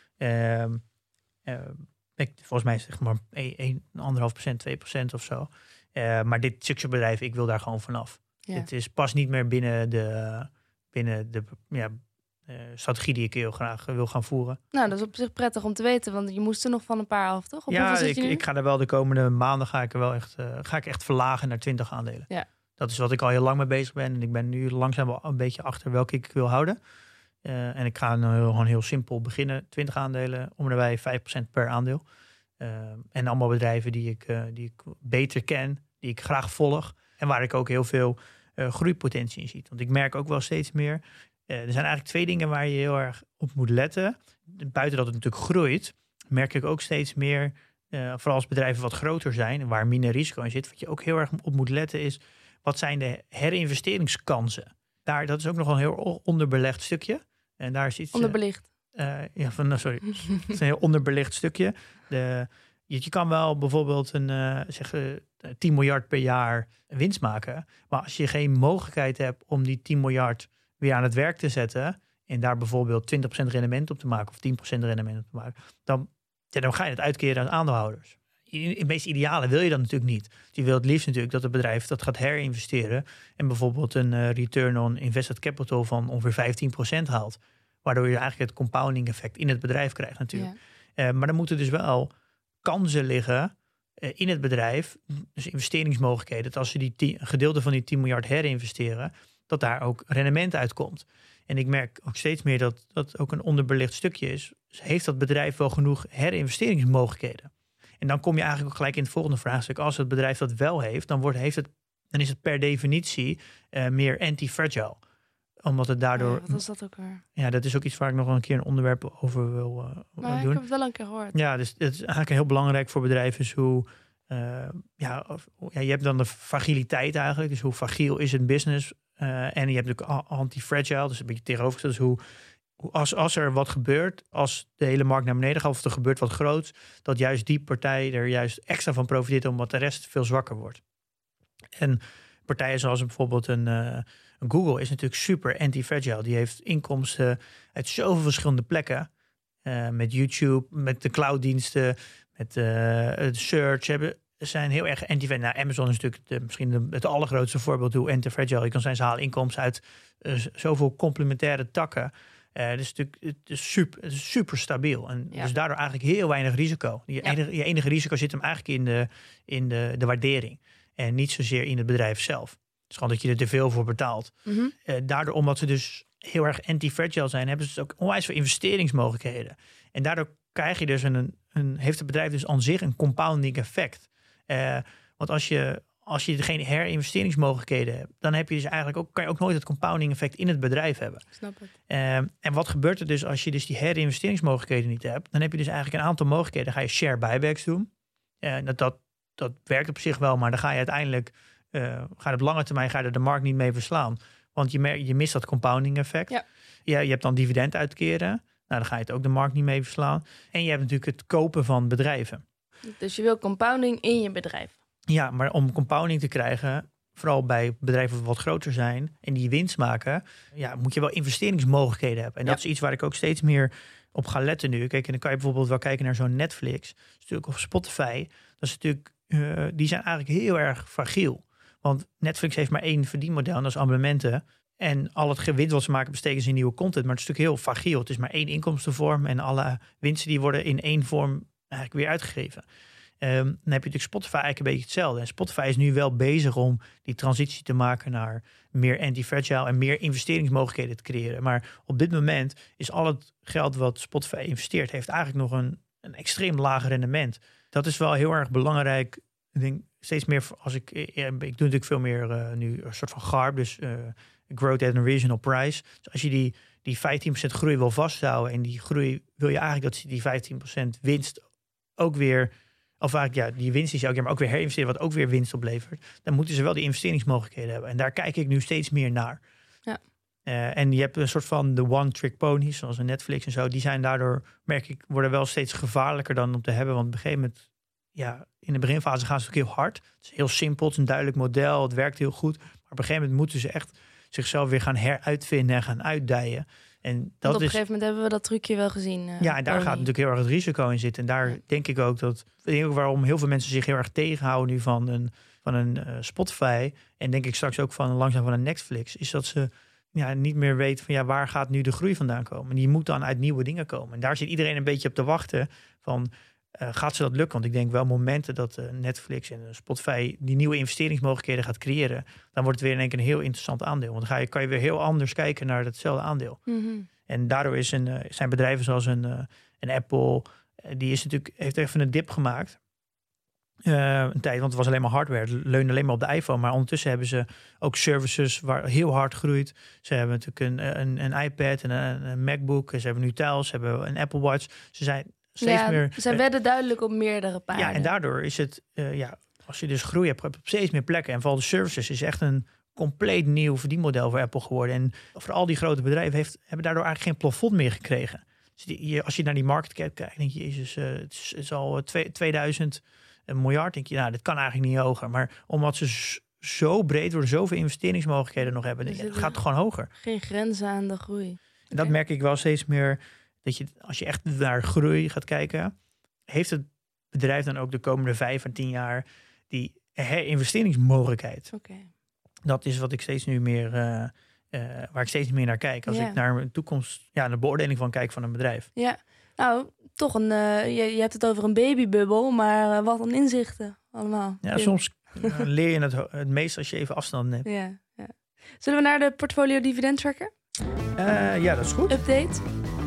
Volgens mij zeg maar 1,5%, 2% of zo. Maar dit succesbedrijf, ik wil daar gewoon vanaf. Ja. Het past niet meer binnen de strategie die ik heel graag wil gaan voeren. Nou, dat is op zich prettig om te weten, want je moest er nog van een paar af, toch? Ik ga er wel de komende maanden ga ik echt verlagen naar 20 aandelen. Ja. Dat is wat ik al heel lang mee bezig ben. En ik ben nu langzaam wel een beetje achter welke ik wil houden. En ik ga gewoon heel simpel beginnen. 20 aandelen, om en bij 5% per aandeel. En allemaal bedrijven die ik beter ken, die ik graag volg. En waar ik ook heel veel groeipotentie in zie. Want ik merk ook wel steeds meer... er zijn eigenlijk 2 dingen waar je heel erg op moet letten. Buiten dat het natuurlijk groeit, merk ik ook steeds meer... vooral als bedrijven wat groter zijn en waar minder risico in zit... wat je ook heel erg op moet letten is... wat zijn de herinvesteringskansen? Dat is ook nog een heel onderbelegd stukje. En daar is iets... Onderbelicht. Sorry. Het is een heel onderbelicht stukje. Je kan wel bijvoorbeeld 10 miljard per jaar winst maken. Maar als je geen mogelijkheid hebt om die 10 miljard weer aan het werk te zetten... en daar bijvoorbeeld 20% rendement op te maken of 10% rendement op te maken... dan ga je het uitkeren aan aandeelhouders. In het meest ideale wil je dat natuurlijk niet. Je wil het liefst natuurlijk dat het bedrijf dat gaat herinvesteren... en bijvoorbeeld een return on invested capital van ongeveer 15% haalt. Waardoor je eigenlijk het compounding effect in het bedrijf krijgt natuurlijk. Ja. Maar dan moeten dus wel kansen liggen in het bedrijf. Dus investeringsmogelijkheden. Dat als ze een gedeelte van die 10 miljard herinvesteren... dat daar ook rendement uitkomt. En ik merk ook steeds meer dat dat ook een onderbelicht stukje is. Dus heeft dat bedrijf wel genoeg herinvesteringsmogelijkheden? En dan kom je eigenlijk ook gelijk in het volgende vraagstuk. Als het bedrijf dat wel heeft, dan is het per definitie meer anti-fragile. Omdat het daardoor... Wat was dat ook weer? Ja, dat is ook iets waar ik nog een keer een onderwerp over wil doen. Ik heb het wel een keer gehoord. Ja, dus het is eigenlijk heel belangrijk voor bedrijven. Is hoe, je hebt dan de fragiliteit eigenlijk. Dus hoe fragiel is een business? En je hebt natuurlijk anti-fragile. Dus een beetje tegenovergesteld. Dus als er wat gebeurt, als de hele markt naar beneden gaat of er gebeurt wat groots, dat juist die partij er juist extra van profiteert omdat de rest veel zwakker wordt. En partijen zoals bijvoorbeeld een Google is natuurlijk super anti-fragile. Die heeft inkomsten uit zoveel verschillende plekken. Met YouTube, met de clouddiensten, met search. Zijn heel erg anti-fragile. Nou, Amazon is natuurlijk misschien het allergrootste voorbeeld hoe anti-fragile je kan zijn. Ze halen inkomsten uit zoveel complementaire takken. Dus het is super stabiel. En dus daardoor eigenlijk heel weinig risico. Je enige risico zit hem eigenlijk in de waardering. En niet zozeer in het bedrijf zelf. Het is gewoon dat je er te veel voor betaalt. Mm-hmm. Daardoor, omdat ze dus heel erg anti-fragile zijn, hebben ze dus ook onwijs veel investeringsmogelijkheden. En daardoor krijg je dus heeft het bedrijf dus aan zich een compounding effect. Want als je geen herinvesteringsmogelijkheden hebt, dan heb je dus eigenlijk ook, kan je ook nooit het compounding effect in het bedrijf hebben. Snap het. En wat gebeurt er dus als je dus die herinvesteringsmogelijkheden niet hebt? Dan heb je dus eigenlijk een aantal mogelijkheden. Dan ga je share buybacks doen. Dat werkt op zich wel, maar dan ga je uiteindelijk op lange termijn de markt niet mee verslaan. Want je mist dat compounding effect. Ja. Je hebt dan dividend uitkeren. Nou, dan ga je het ook de markt niet mee verslaan. En je hebt natuurlijk het kopen van bedrijven. Dus je wil compounding in je bedrijf. Ja, maar om compounding te krijgen, vooral bij bedrijven die wat groter zijn en die winst maken, moet je wel investeringsmogelijkheden hebben. En dat is iets waar ik ook steeds meer op ga letten nu. Kijk, en dan kan je bijvoorbeeld wel kijken naar zo'n Netflix, natuurlijk, of Spotify. Dat is natuurlijk, die zijn eigenlijk heel erg fragiel. Want Netflix heeft maar één verdienmodel en dat is abonnementen. En al het gewin wat ze maken besteken ze in nieuwe content. Maar het is natuurlijk heel fragiel. Het is maar één inkomstenvorm en alle winsten die worden in één vorm eigenlijk weer uitgegeven. Dan heb je natuurlijk Spotify eigenlijk een beetje hetzelfde. En Spotify is nu wel bezig om die transitie te maken naar meer anti-fragile en meer investeringsmogelijkheden te creëren. Maar op dit moment is al het geld wat Spotify investeert, heeft eigenlijk nog een extreem laag rendement. Dat is wel heel erg belangrijk. Ik denk steeds meer als ik doe natuurlijk veel meer nu een soort van GARP, dus Growth at a Reasonable Price. Dus als je die 15% groei wil vasthouden en die groei wil je eigenlijk dat die 15% winst ook weer, of eigenlijk die winst die ze ook maar ook weer herinvesteren, wat ook weer winst oplevert, dan moeten ze wel die investeringsmogelijkheden hebben. En daar kijk ik nu steeds meer naar. Ja. En je hebt een soort van de one-trick ponies, zoals een Netflix en zo. Die zijn daardoor, merk ik, worden wel steeds gevaarlijker dan om te hebben. Want op een gegeven moment, in de beginfase gaan ze ook heel hard. Het is heel simpel, het is een duidelijk model, het werkt heel goed. Maar op een gegeven moment moeten ze echt zichzelf weer gaan heruitvinden en gaan uitdijen. En dat op een gegeven moment hebben we dat trucje wel gezien. En daar gaat natuurlijk heel erg het risico in zitten. En daar denk ik ook waarom heel veel mensen zich heel erg tegenhouden nu van een Spotify. En denk ik straks ook langzaam van een Netflix. Is dat ze niet meer weten van waar gaat nu de groei vandaan komen. En die moet dan uit nieuwe dingen komen. En daar zit iedereen een beetje op te wachten van, gaat ze dat lukken? Want ik denk wel momenten dat Netflix en Spotify die nieuwe investeringsmogelijkheden gaat creëren, dan wordt het weer in één keer een heel interessant aandeel. Want dan kan je weer heel anders kijken naar hetzelfde aandeel. Mm-hmm. En daardoor zijn bedrijven zoals een Apple, heeft even een dip gemaakt. Een tijd, want het was alleen maar hardware. Het leunde alleen maar op de iPhone. Maar ondertussen hebben ze ook services waar heel hard groeit. Ze hebben natuurlijk een iPad en een MacBook. Ze hebben nu Tiles, ze hebben een Apple Watch. Ze zijn steeds meer. Zij wedden duidelijk op meerdere paarden. Ja, en daardoor is het, als je dus groei hebt op steeds meer plekken. En vooral de services is echt een compleet nieuw verdienmodel voor Apple geworden. En voor al die grote bedrijven hebben daardoor eigenlijk geen plafond meer gekregen. Dus als je naar die market cap kijkt, denk je, jezus, het is al 2000 miljard. Denk je, dit kan eigenlijk niet hoger. Maar omdat ze zo breed worden, zoveel investeringsmogelijkheden nog hebben, het gaat gewoon hoger. Geen grenzen aan de groei. En dat merk ik wel steeds meer, dat je, als je echt naar groei gaat kijken, heeft het bedrijf dan ook de komende 5 en 10 jaar die herinvesteringsmogelijkheid. Okay. Dat is wat ik steeds nu meer, waar ik steeds meer naar kijk. Als ik naar een toekomst, naar beoordeling van kijk van een bedrijf. Ja, nou, toch je hebt het over een babybubbel, maar wat een inzichten allemaal. Ja, soms leer je het meest als je even afstand neemt. Ja. Zullen we naar de portfolio dividend tracker? Ja, dat is goed. Update.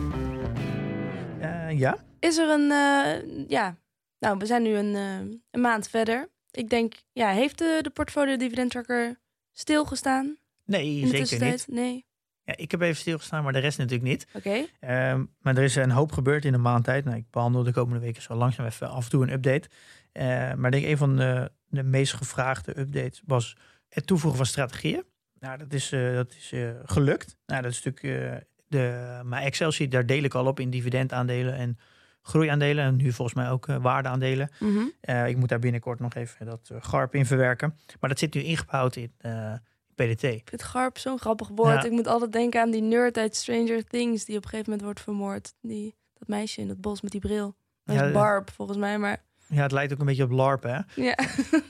Ja. Is er een... Nou, we zijn nu een maand verder. Ik denk, heeft de portfolio dividend tracker stilgestaan? Nee, zeker niet. Nee. Ja, ik heb even stilgestaan, maar de rest natuurlijk niet. Oké. Maar er is een hoop gebeurd in een maand tijd. Nou, ik behandel de komende weken zo langzaam even af en toe een update. Maar ik denk een van de meest gevraagde updates was het toevoegen van strategieën. Nou, dat is gelukt. Nou, dat is natuurlijk mijn Excel-sheet, daar deel ik al op in dividendaandelen en groeiaandelen. En nu volgens mij ook waardeaandelen. Mm-hmm. Ik moet daar binnenkort nog even dat GARP in verwerken. Maar dat zit nu ingebouwd in PDT. Ik vind GARP zo'n grappig woord. Ja. Ik moet altijd denken aan die nerd uit Stranger Things die op een gegeven moment wordt vermoord. Dat meisje in het bos met die bril. Dat is Barb volgens mij, maar... Ja, het lijkt ook een beetje op LARP, hè? Ja.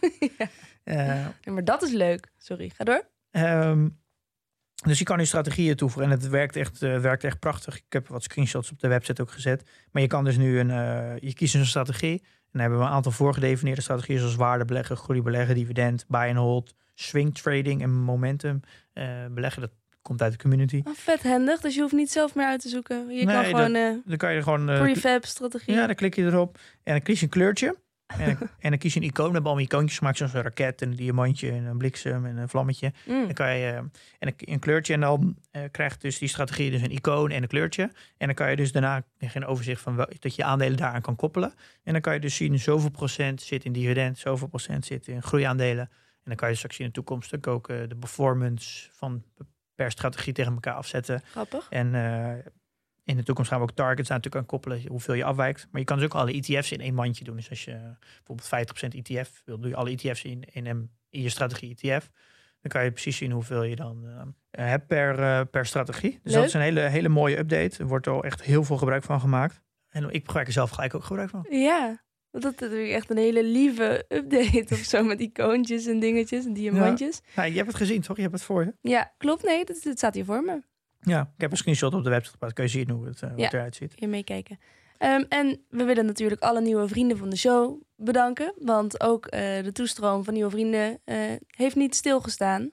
Maar dat is leuk. Sorry, ga door. Dus je kan nu strategieën toevoegen en het werkt echt prachtig. Ik heb wat screenshots op de website ook gezet. Maar je kan dus nu je kiest een strategie. En dan hebben we een aantal voorgedefinieerde strategieën zoals waardebeleggen, groeibeleggen, dividend, buy and hold, swing trading en momentum beleggen. Dat komt uit de community. Oh, vet handig, dus je hoeft niet zelf meer uit te zoeken. Je kan gewoon dan kan je gewoon prefab strategie. Ja, dan klik je erop en dan kies je een kleurtje. En dan kies je een icoon. We hebben allemaal icoontjes gemaakt, zoals een raket, en een diamantje, en een bliksem en een vlammetje. Dan kan je een kleurtje en dan krijgt dus die strategie dus een icoon en een kleurtje. En dan kan je dus daarna een overzicht van dat je aandelen daaraan kan koppelen. En dan kan je dus zien zoveel procent zit in dividend, zoveel procent zit in groeiaandelen. En dan kan je straks in de toekomst ook de performance van per strategie tegen elkaar afzetten. Grappig. En in de toekomst gaan we ook targets aan natuurlijk aan koppelen, hoeveel je afwijkt. Maar je kan dus ook alle ETF's in één mandje doen. Dus als je bijvoorbeeld 50% ETF wil, doe je alle ETF's in je strategie ETF. Dan kan je precies zien hoeveel je dan hebt per strategie. Dus leuk. Dat is een hele mooie update. Er wordt al echt heel veel gebruik van gemaakt. En ik gebruik er zelf gelijk ook gebruik van. Ja, dat is echt een hele lieve update of zo met icoontjes en dingetjes en diamantjes. Ja, je hebt het gezien, toch? Je hebt het voor je. Ja, klopt. Nee, het staat hier voor me. Ja, ik heb een screenshot op de website geplaatst. Kun je zien hoe het eruit ziet. Kun je meekijken. En we willen natuurlijk alle nieuwe vrienden van de show bedanken. Want ook de toestroom van nieuwe vrienden heeft niet stilgestaan.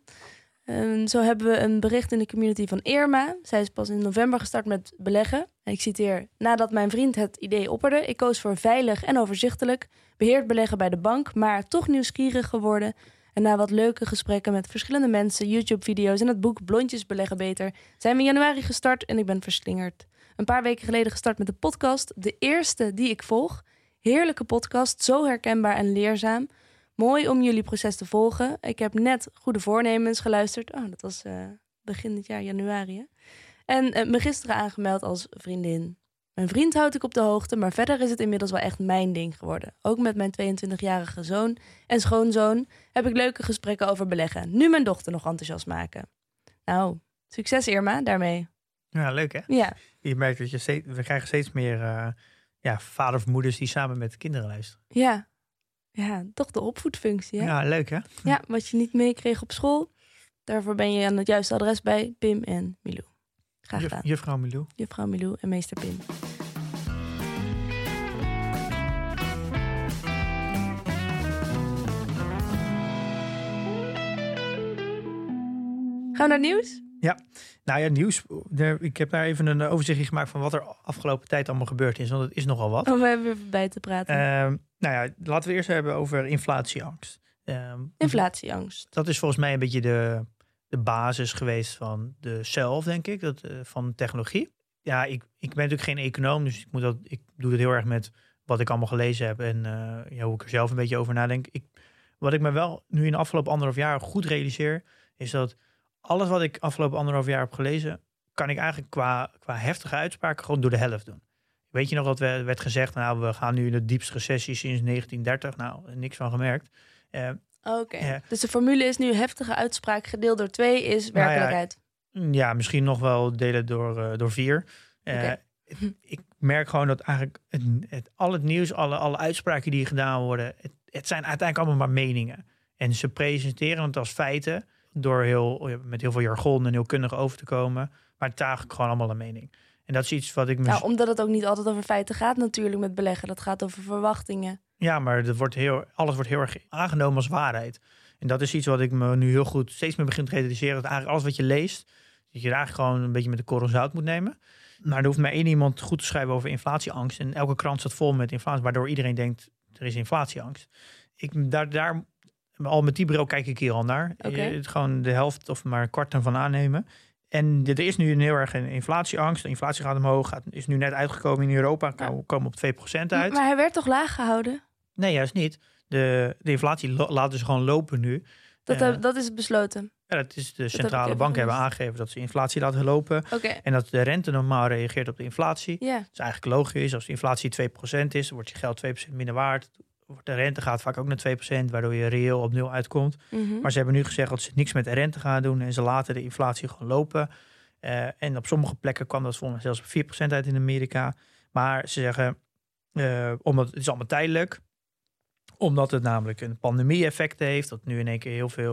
Zo hebben we een bericht in de community van Irma. Zij is pas in november gestart met beleggen. En ik citeer: nadat mijn vriend het idee opperde, ik koos voor veilig en overzichtelijk, beheerd beleggen bij de bank, maar toch nieuwsgierig geworden. En na wat leuke gesprekken met verschillende mensen, YouTube-video's en het boek Blondjes beleggen beter, zijn we in januari gestart en ik ben verslingerd. Een paar weken geleden gestart met de podcast, de eerste die ik volg. Heerlijke podcast, zo herkenbaar en leerzaam. Mooi om jullie proces te volgen. Ik heb net Goede Voornemens geluisterd. Oh, dat was begin dit jaar, januari. Hè? En me gisteren aangemeld als vriendin. Mijn vriend houdt ik op de hoogte, maar verder is het inmiddels wel echt mijn ding geworden. Ook met mijn 22-jarige zoon en schoonzoon heb ik leuke gesprekken over beleggen. Nu mijn dochter nog enthousiast maken. Nou, succes Irma, daarmee. Ja, leuk hè? Ja. Je merkt dat we krijgen steeds meer vaders of moeders die samen met de kinderen luisteren. Ja, toch de opvoedfunctie hè? Ja, leuk hè? Ja, wat je niet meekreeg op school. Daarvoor ben je aan het juiste adres bij Pim en Milou. Graag gedaan. Juffrouw Milou. Juffrouw Milou en meester Pim. Gaan we naar het nieuws? Ja, nou ja, nieuws. Ik heb daar even een overzichtje gemaakt van wat er afgelopen tijd allemaal gebeurd is. Want het is nogal wat. Oh, we hebben weer bij te praten. Nou ja, laten we eerst hebben over inflatieangst. Inflatieangst. Dat is volgens mij een beetje de basis geweest van de zelf, denk ik, van technologie. Ja, ik ben natuurlijk geen econoom, dus ik doe het heel erg met wat ik allemaal gelezen heb en hoe ik er zelf een beetje over nadenk. Wat ik me wel nu in de afgelopen 1,5 jaar goed realiseer, is dat alles wat ik afgelopen 1,5 jaar heb gelezen, kan ik eigenlijk qua heftige uitspraken gewoon door de helft doen. Weet je nog wat werd gezegd? Nou, we gaan nu in de diepste recessie sinds 1930. Nou, niks van gemerkt. Oké. Dus de formule is nu heftige uitspraak gedeeld door 2 is werkelijkheid. Ja, misschien nog wel delen door 4. Okay. Ik merk gewoon dat eigenlijk al het nieuws, alle uitspraken die gedaan worden, het zijn uiteindelijk allemaal maar meningen. En ze presenteren het als feiten door met heel veel jargon en heel kundig over te komen. Maar het is eigenlijk gewoon allemaal een mening. En dat is iets wat ik... omdat het ook niet altijd over feiten gaat natuurlijk met beleggen. Dat gaat over verwachtingen. Ja, maar alles wordt heel erg aangenomen als waarheid. En dat is iets wat ik me nu heel goed steeds meer begin te realiseren. Dat eigenlijk alles wat je leest, Dat je er eigenlijk gewoon een beetje met de korrel zout moet nemen. Maar er hoeft maar één iemand goed te schrijven over inflatieangst. En elke krant staat vol met inflatie, waardoor iedereen denkt, er is inflatieangst. Al met die bril kijk ik hier al naar. Gewoon de helft of maar een kwart ervan aannemen. En er is nu heel erg een inflatieangst. De inflatie gaat omhoog. Is nu net uitgekomen in Europa. Komen op 2% uit. Maar hij werd toch laag gehouden? Nee, juist niet. De inflatie laten ze gewoon lopen nu. Dat is besloten? Ja, dat is de centrale bank hebben aangegeven dat ze inflatie laten lopen. En dat de rente normaal reageert op de inflatie. Yeah. Dat is eigenlijk logisch. Als de inflatie 2% is, dan wordt je geld 2% minder waard. De rente gaat vaak ook naar 2%, waardoor je reëel op 0 uitkomt. Mm-hmm. Maar ze hebben nu gezegd dat ze niks met de rente gaan doen. En ze laten de inflatie gewoon lopen. En op sommige plekken kwam dat volgens mij zelfs op 4% uit in Amerika. Maar ze zeggen, omdat het is allemaal tijdelijk. Omdat het namelijk een pandemie-effect heeft. Dat nu in één keer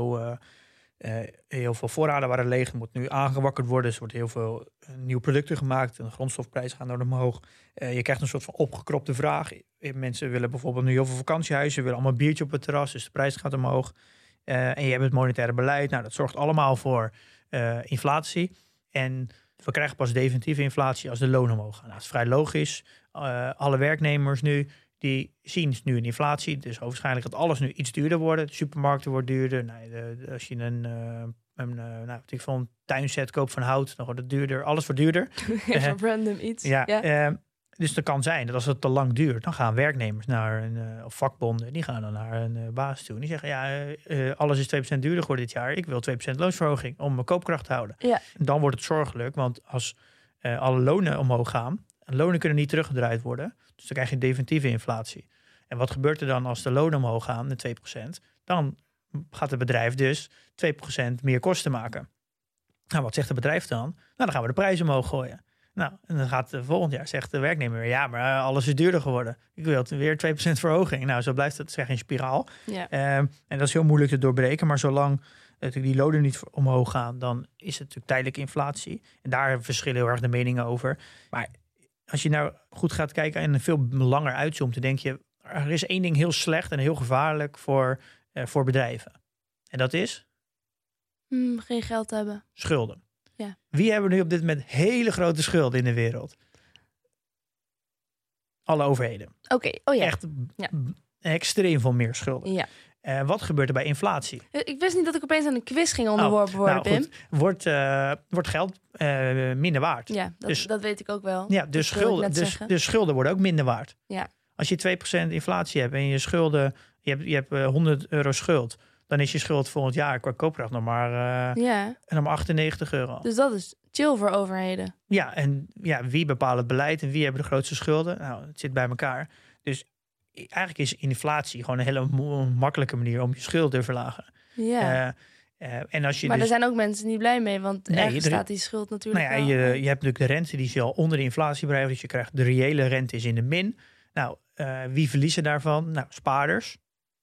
heel veel voorraden waren leeg. Er moet nu aangewakkerd worden. Dus er wordt heel veel nieuwe producten gemaakt. En de grondstofprijzen gaan door omhoog. Je krijgt een soort van opgekropte vraag. Mensen willen bijvoorbeeld nu heel veel vakantiehuizen. Willen allemaal een biertje op het terras. Dus de prijs gaat omhoog. En je hebt het monetaire beleid. Nou, dat zorgt allemaal voor inflatie. En we krijgen pas definitieve inflatie als de lonen omhoog gaan. Nou, dat is vrij logisch. Alle werknemers nu, die zien nu een inflatie. Dus waarschijnlijk gaat alles nu iets duurder worden. De supermarkten worden duurder. Als je een tuinset koopt van hout, dan wordt het duurder. Alles wordt duurder. Even random iets. Dus het kan zijn dat als het te lang duurt, dan gaan werknemers naar of vakbonden, die gaan dan naar een baas toe. En die zeggen, alles is 2% duurder geworden dit jaar. Ik wil 2% loonsverhoging om mijn koopkracht te houden. Ja. En dan wordt het zorgelijk, want als alle lonen omhoog gaan, en lonen kunnen niet teruggedraaid worden, dus dan krijg je definitieve inflatie. En wat gebeurt er dan als de lonen omhoog gaan met 2%? Dan gaat het bedrijf dus 2% meer kosten maken. Nou, wat zegt het bedrijf dan? Nou, dan gaan we de prijzen omhoog gooien. Nou, en dan gaat volgend jaar, zegt de werknemer weer, ja, maar alles is duurder geworden. Ik wil weer 2% verhoging. Nou, zo blijft het, zeg, een spiraal. Ja. En dat is heel moeilijk te doorbreken. Maar zolang die lonen niet omhoog gaan, dan is het natuurlijk tijdelijke inflatie. En daar verschillen heel erg de meningen over. Maar als je nou goed gaat kijken en veel langer uitzoomt, dan denk je, er is één ding heel slecht en heel gevaarlijk voor bedrijven. En dat is? Geen geld hebben. Schulden. Ja. Wie hebben nu op dit moment hele grote schulden in de wereld? Alle overheden. Oké. Oh ja. Echt extreem veel meer schulden. Ja. Wat gebeurt er bij inflatie? Ik wist niet dat ik opeens aan een quiz ging onderworpen worden, Pim. Wordt geld minder waard. Ja, dat weet ik ook wel. Ja, dus schulden worden ook minder waard. Ja. Als je 2% inflatie hebt en je schulden, je hebt €100 schuld, dan is je schuld volgend jaar qua koopkracht nog maar €98. Dus dat is chill voor overheden. Ja, en wie bepaalt het beleid en wie hebben de grootste schulden? Nou, het zit bij elkaar. Dus eigenlijk is inflatie gewoon een hele makkelijke manier om je schuld te verlagen. Ja. En als je maar er zijn ook mensen niet blij mee, want ergens staat die schuld natuurlijk wel. Je hebt natuurlijk de rente, die is al onder de inflatiebedrijf. Dus je krijgt de reële rente is in de min. Nou, wie verliezen daarvan? Nou, spaarders.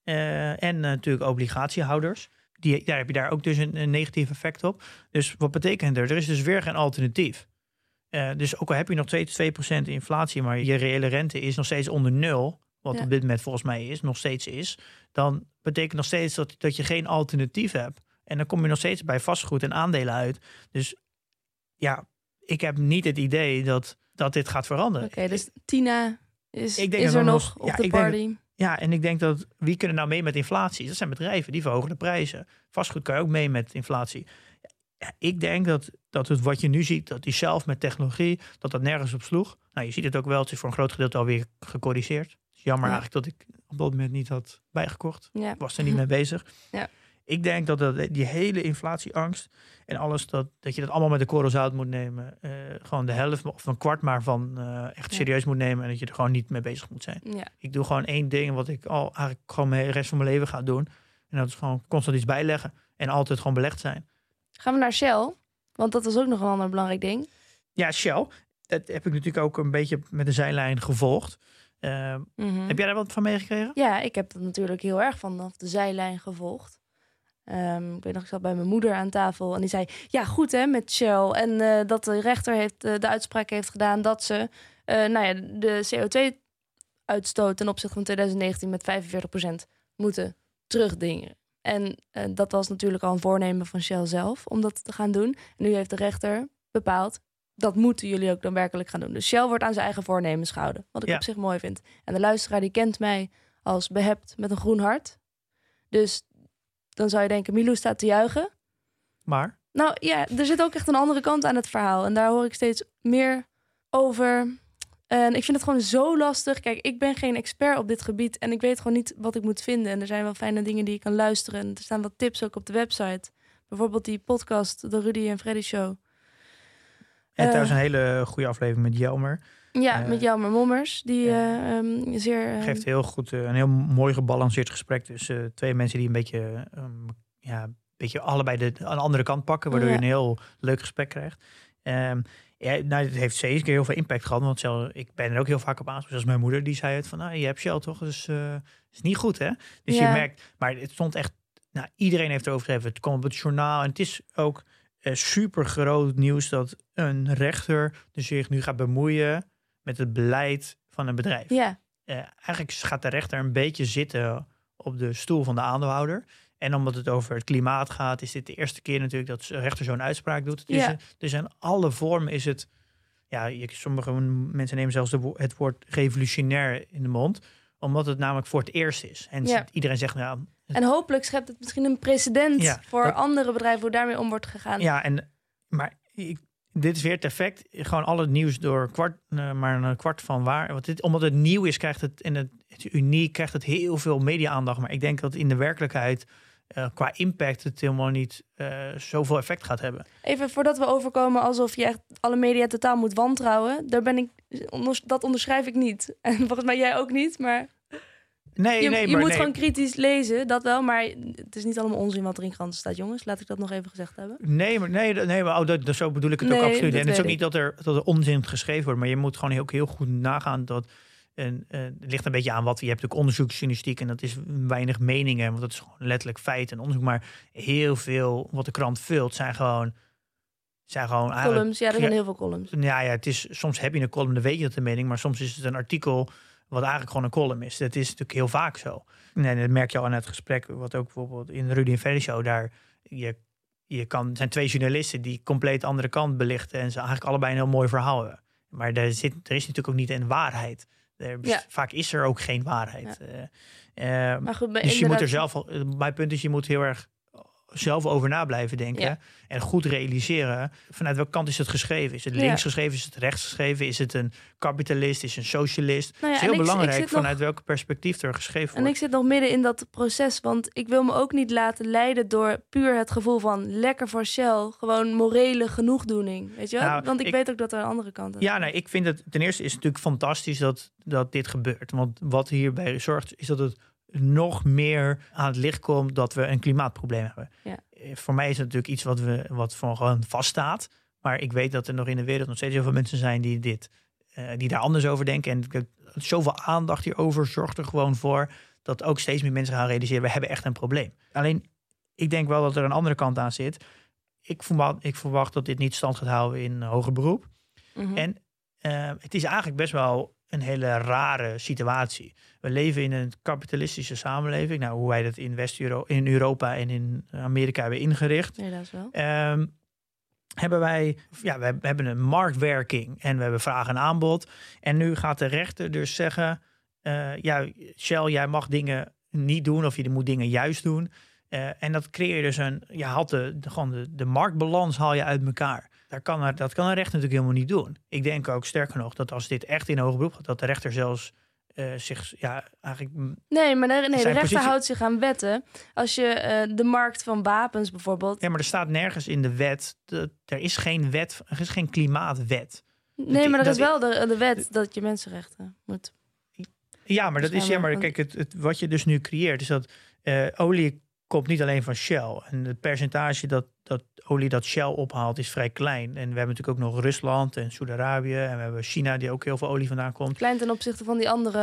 En natuurlijk obligatiehouders. Daar heb je daar ook dus een negatief effect op. Dus wat betekent er? Er is dus weer geen alternatief. Dus ook al heb je nog 2% inflatie, maar je reële rente is nog steeds onder 0, wat op dit moment volgens mij nog steeds is, dan betekent nog steeds dat je geen alternatief hebt. En dan kom je nog steeds bij vastgoed en aandelen uit. Dus ja, ik heb niet het idee dat dit gaat veranderen. Oké, dus Tina is er nog op de party. En ik denk dat, wie kunnen nou mee met inflatie? Dat zijn bedrijven, die verhogen de prijzen. Vastgoed kan je ook mee met inflatie. Ja, ik denk dat het wat je nu ziet, dat die zelf met technologie, dat nergens op sloeg. Nou, je ziet het ook wel, het is voor een groot gedeelte alweer gecorrigeerd. Het is jammer eigenlijk dat ik op dat moment niet had bijgekocht. Ja. Ik was er niet mee bezig. Ja. Ik denk dat die hele inflatieangst en alles, dat je dat allemaal met de korrel zout moet nemen. Gewoon de helft of een kwart maar van echt serieus moet nemen. En dat je er gewoon niet mee bezig moet zijn. Ja. Ik doe gewoon één ding wat ik eigenlijk gewoon de rest van mijn leven ga doen. En dat is gewoon constant iets bijleggen. En altijd gewoon belegd zijn. Gaan we naar Shell? Want dat was ook nog een ander belangrijk ding. Ja, Shell. Dat heb ik natuurlijk ook een beetje met de zijlijn gevolgd. Heb jij daar wat van meegekregen? Ja, ik heb dat natuurlijk heel erg vanaf de zijlijn gevolgd. Ik weet nog, ik zat bij mijn moeder aan tafel en die zei, ja goed hè, met Shell. En dat de rechter de uitspraak heeft gedaan dat ze de CO2-uitstoot ten opzichte van 2019 met 45% moeten terugdringen. En dat was natuurlijk al een voornemen van Shell zelf om dat te gaan doen. En nu heeft de rechter bepaald, dat moeten jullie ook dan werkelijk gaan doen. Dus Shell wordt aan zijn eigen voornemens gehouden. Wat ik op zich mooi vind. En de luisteraar die kent mij als behept met een groen hart. Dus dan zou je denken, Milou staat te juichen. Maar? Nou ja, er zit ook echt een andere kant aan het verhaal. En daar hoor ik steeds meer over. En ik vind het gewoon zo lastig. Kijk, ik ben geen expert op dit gebied. En ik weet gewoon niet wat ik moet vinden. En er zijn wel fijne dingen die ik kan luisteren. En er staan wat tips ook op de website. Bijvoorbeeld die podcast, de Rudy en Freddy Show. En trouwens een hele goede aflevering met Jelmer. Ja, met Jelmer Mommers. Die zeer... geeft heel goed, een heel mooi gebalanceerd gesprek. Dus twee mensen die een beetje allebei een andere kant pakken. Waardoor je een heel leuk gesprek krijgt. Het heeft zeker heel veel impact gehad. Want ik ben er ook heel vaak op aangesproken. Zoals mijn moeder, die zei het van, je hebt Shell toch? Dus is niet goed, hè? Dus je merkt, maar het stond echt... iedereen heeft erover geschreven. Het kwam op het journaal. En het is ook super groot nieuws dat een rechter dus zich nu gaat bemoeien met het beleid van een bedrijf. Ja. Eigenlijk gaat de rechter een beetje zitten op de stoel van de aandeelhouder. En omdat het over het klimaat gaat, is dit de eerste keer natuurlijk dat de rechter zo'n uitspraak doet. Dus in alle vormen is het... sommige mensen nemen zelfs het woord revolutionair in de mond. Omdat het namelijk voor het eerst is. En iedereen zegt... En hopelijk schept het misschien een precedent voor andere bedrijven hoe daarmee om wordt gegaan. Ja, dit is weer het effect. Gewoon al het nieuws door maar een kwart van waar. Omdat het nieuw is, krijgt het uniek, krijgt het heel veel media-aandacht. Maar ik denk dat in de werkelijkheid qua impact het helemaal niet zoveel effect gaat hebben. Even voordat we overkomen alsof je echt alle media totaal moet wantrouwen. Dat onderschrijf ik niet. En volgens mij jij ook niet, maar... Je moet gewoon kritisch lezen, dat wel. Maar het is niet allemaal onzin wat er in kranten staat, jongens. Laat ik dat nog even gezegd hebben. Zo bedoel ik het ook absoluut. En het is ook niet dat er onzin geschreven wordt. Maar je moet gewoon heel goed nagaan dat... het ligt een beetje aan wat... Je hebt natuurlijk onderzoeksjournalistiek en dat is weinig meningen. Want dat is gewoon letterlijk feit en onderzoek. Maar heel veel wat de krant vult zijn gewoon columns, er zijn heel veel columns. Het is, soms heb je een column, dan weet je dat de mening. Maar soms is het een artikel... wat eigenlijk gewoon een column is. Dat is natuurlijk heel vaak zo. En dat merk je al aan het gesprek, wat ook bijvoorbeeld in de Rudy en Freddy Show, daar er zijn twee journalisten die compleet andere kant belichten en ze eigenlijk allebei een heel mooi verhaal hebben. Maar er is natuurlijk ook niet een waarheid. Vaak is er ook geen waarheid. Maar goed, dus je moet er zelf, mijn punt is, je moet heel erg zelf over na blijven denken en goed realiseren vanuit welke kant is het geschreven. Is het links geschreven? Is het rechts geschreven? Is het een kapitalist? Is het een socialist? Het is heel belangrijk vanuit welk perspectief er geschreven wordt. En ik zit nog midden in dat proces, want ik wil me ook niet laten leiden door puur het gevoel van lekker voor Shell, gewoon morele genoegdoening. Weet je wel? Want ik weet ook dat er een andere kant is. Ik vind het ten eerste is het natuurlijk fantastisch dat dit gebeurt. Want wat hierbij zorgt is dat het nog meer aan het licht komt dat we een klimaatprobleem hebben. Ja. Voor mij is het natuurlijk iets wat gewoon vaststaat. Maar ik weet dat er nog in de wereld nog steeds heel veel mensen zijn die daar anders over denken. En zoveel aandacht hierover zorgt er gewoon voor dat ook steeds meer mensen gaan realiseren, we hebben echt een probleem. Alleen, ik denk wel dat er een andere kant aan zit. Ik verwacht dat dit niet stand gaat houden in hoger beroep. Mm-hmm. En het is eigenlijk best wel een hele rare situatie. We leven in een kapitalistische samenleving. Nou, hoe wij dat in Europa en in Amerika hebben ingericht. Ja, dat is wel. We hebben een marktwerking en we hebben vraag en aanbod. En nu gaat de rechter dus zeggen, Shell, jij mag dingen niet doen of je moet dingen juist doen. En dat creëer je dus je haalt de marktbalans haal je uit elkaar. Dat kan een rechter natuurlijk helemaal niet doen. Ik denk ook sterker nog dat als dit echt in hoger beroep gaat, dat de rechter zelfs eigenlijk... Nee, maar de rechter houdt zich aan wetten. Als je de markt van wapens bijvoorbeeld... Ja, maar er staat nergens in de wet, er is geen wet, er is geen klimaatwet. Nee, maar er is wel de wet dat je mensenrechten moet... Ja, maar dat is kijk, wat je dus nu creëert is dat olie komt niet alleen van Shell. En het percentage dat olie dat Shell ophaalt is vrij klein. En we hebben natuurlijk ook nog Rusland en Saudi-Arabië. En we hebben China die ook heel veel olie vandaan komt. Klein ten opzichte van die andere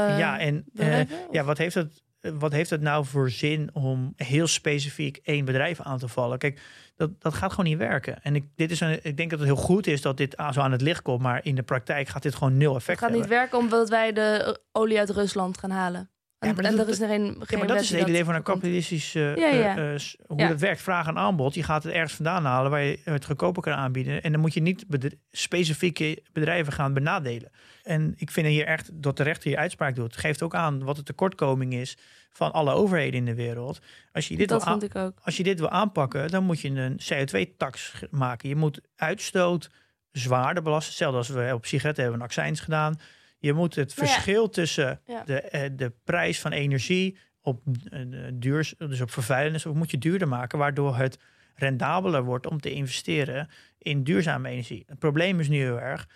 wat heeft het nou voor zin om heel specifiek één bedrijf aan te vallen? Kijk, dat gaat gewoon niet werken. En ik denk dat het heel goed is dat dit zo aan het licht komt. Maar in de praktijk gaat dit gewoon nul effect hebben. Het gaat niet werken omdat wij de olie uit Rusland gaan halen. En er is er geen maar dat is het hele idee van een kapitalistisch hoe dat werkt. Vraag en aanbod. Je gaat het ergens vandaan halen waar je het goedkoper kan aanbieden. En dan moet je niet specifieke bedrijven gaan benadelen. En ik vind hier echt dat de rechter hier uitspraak doet. Geeft ook aan wat de tekortkoming is van alle overheden in de wereld. Als je dit wil aanpakken, dan moet je een CO2-tax maken. Je moet uitstoot zwaarder belasten. Hetzelfde als we op sigaretten hebben een accijns gedaan. Je moet het verschil tussen de prijs van energie op dus op vervuilend moet je duurder maken, waardoor het rendabeler wordt om te investeren in duurzame energie. Het probleem is nu heel erg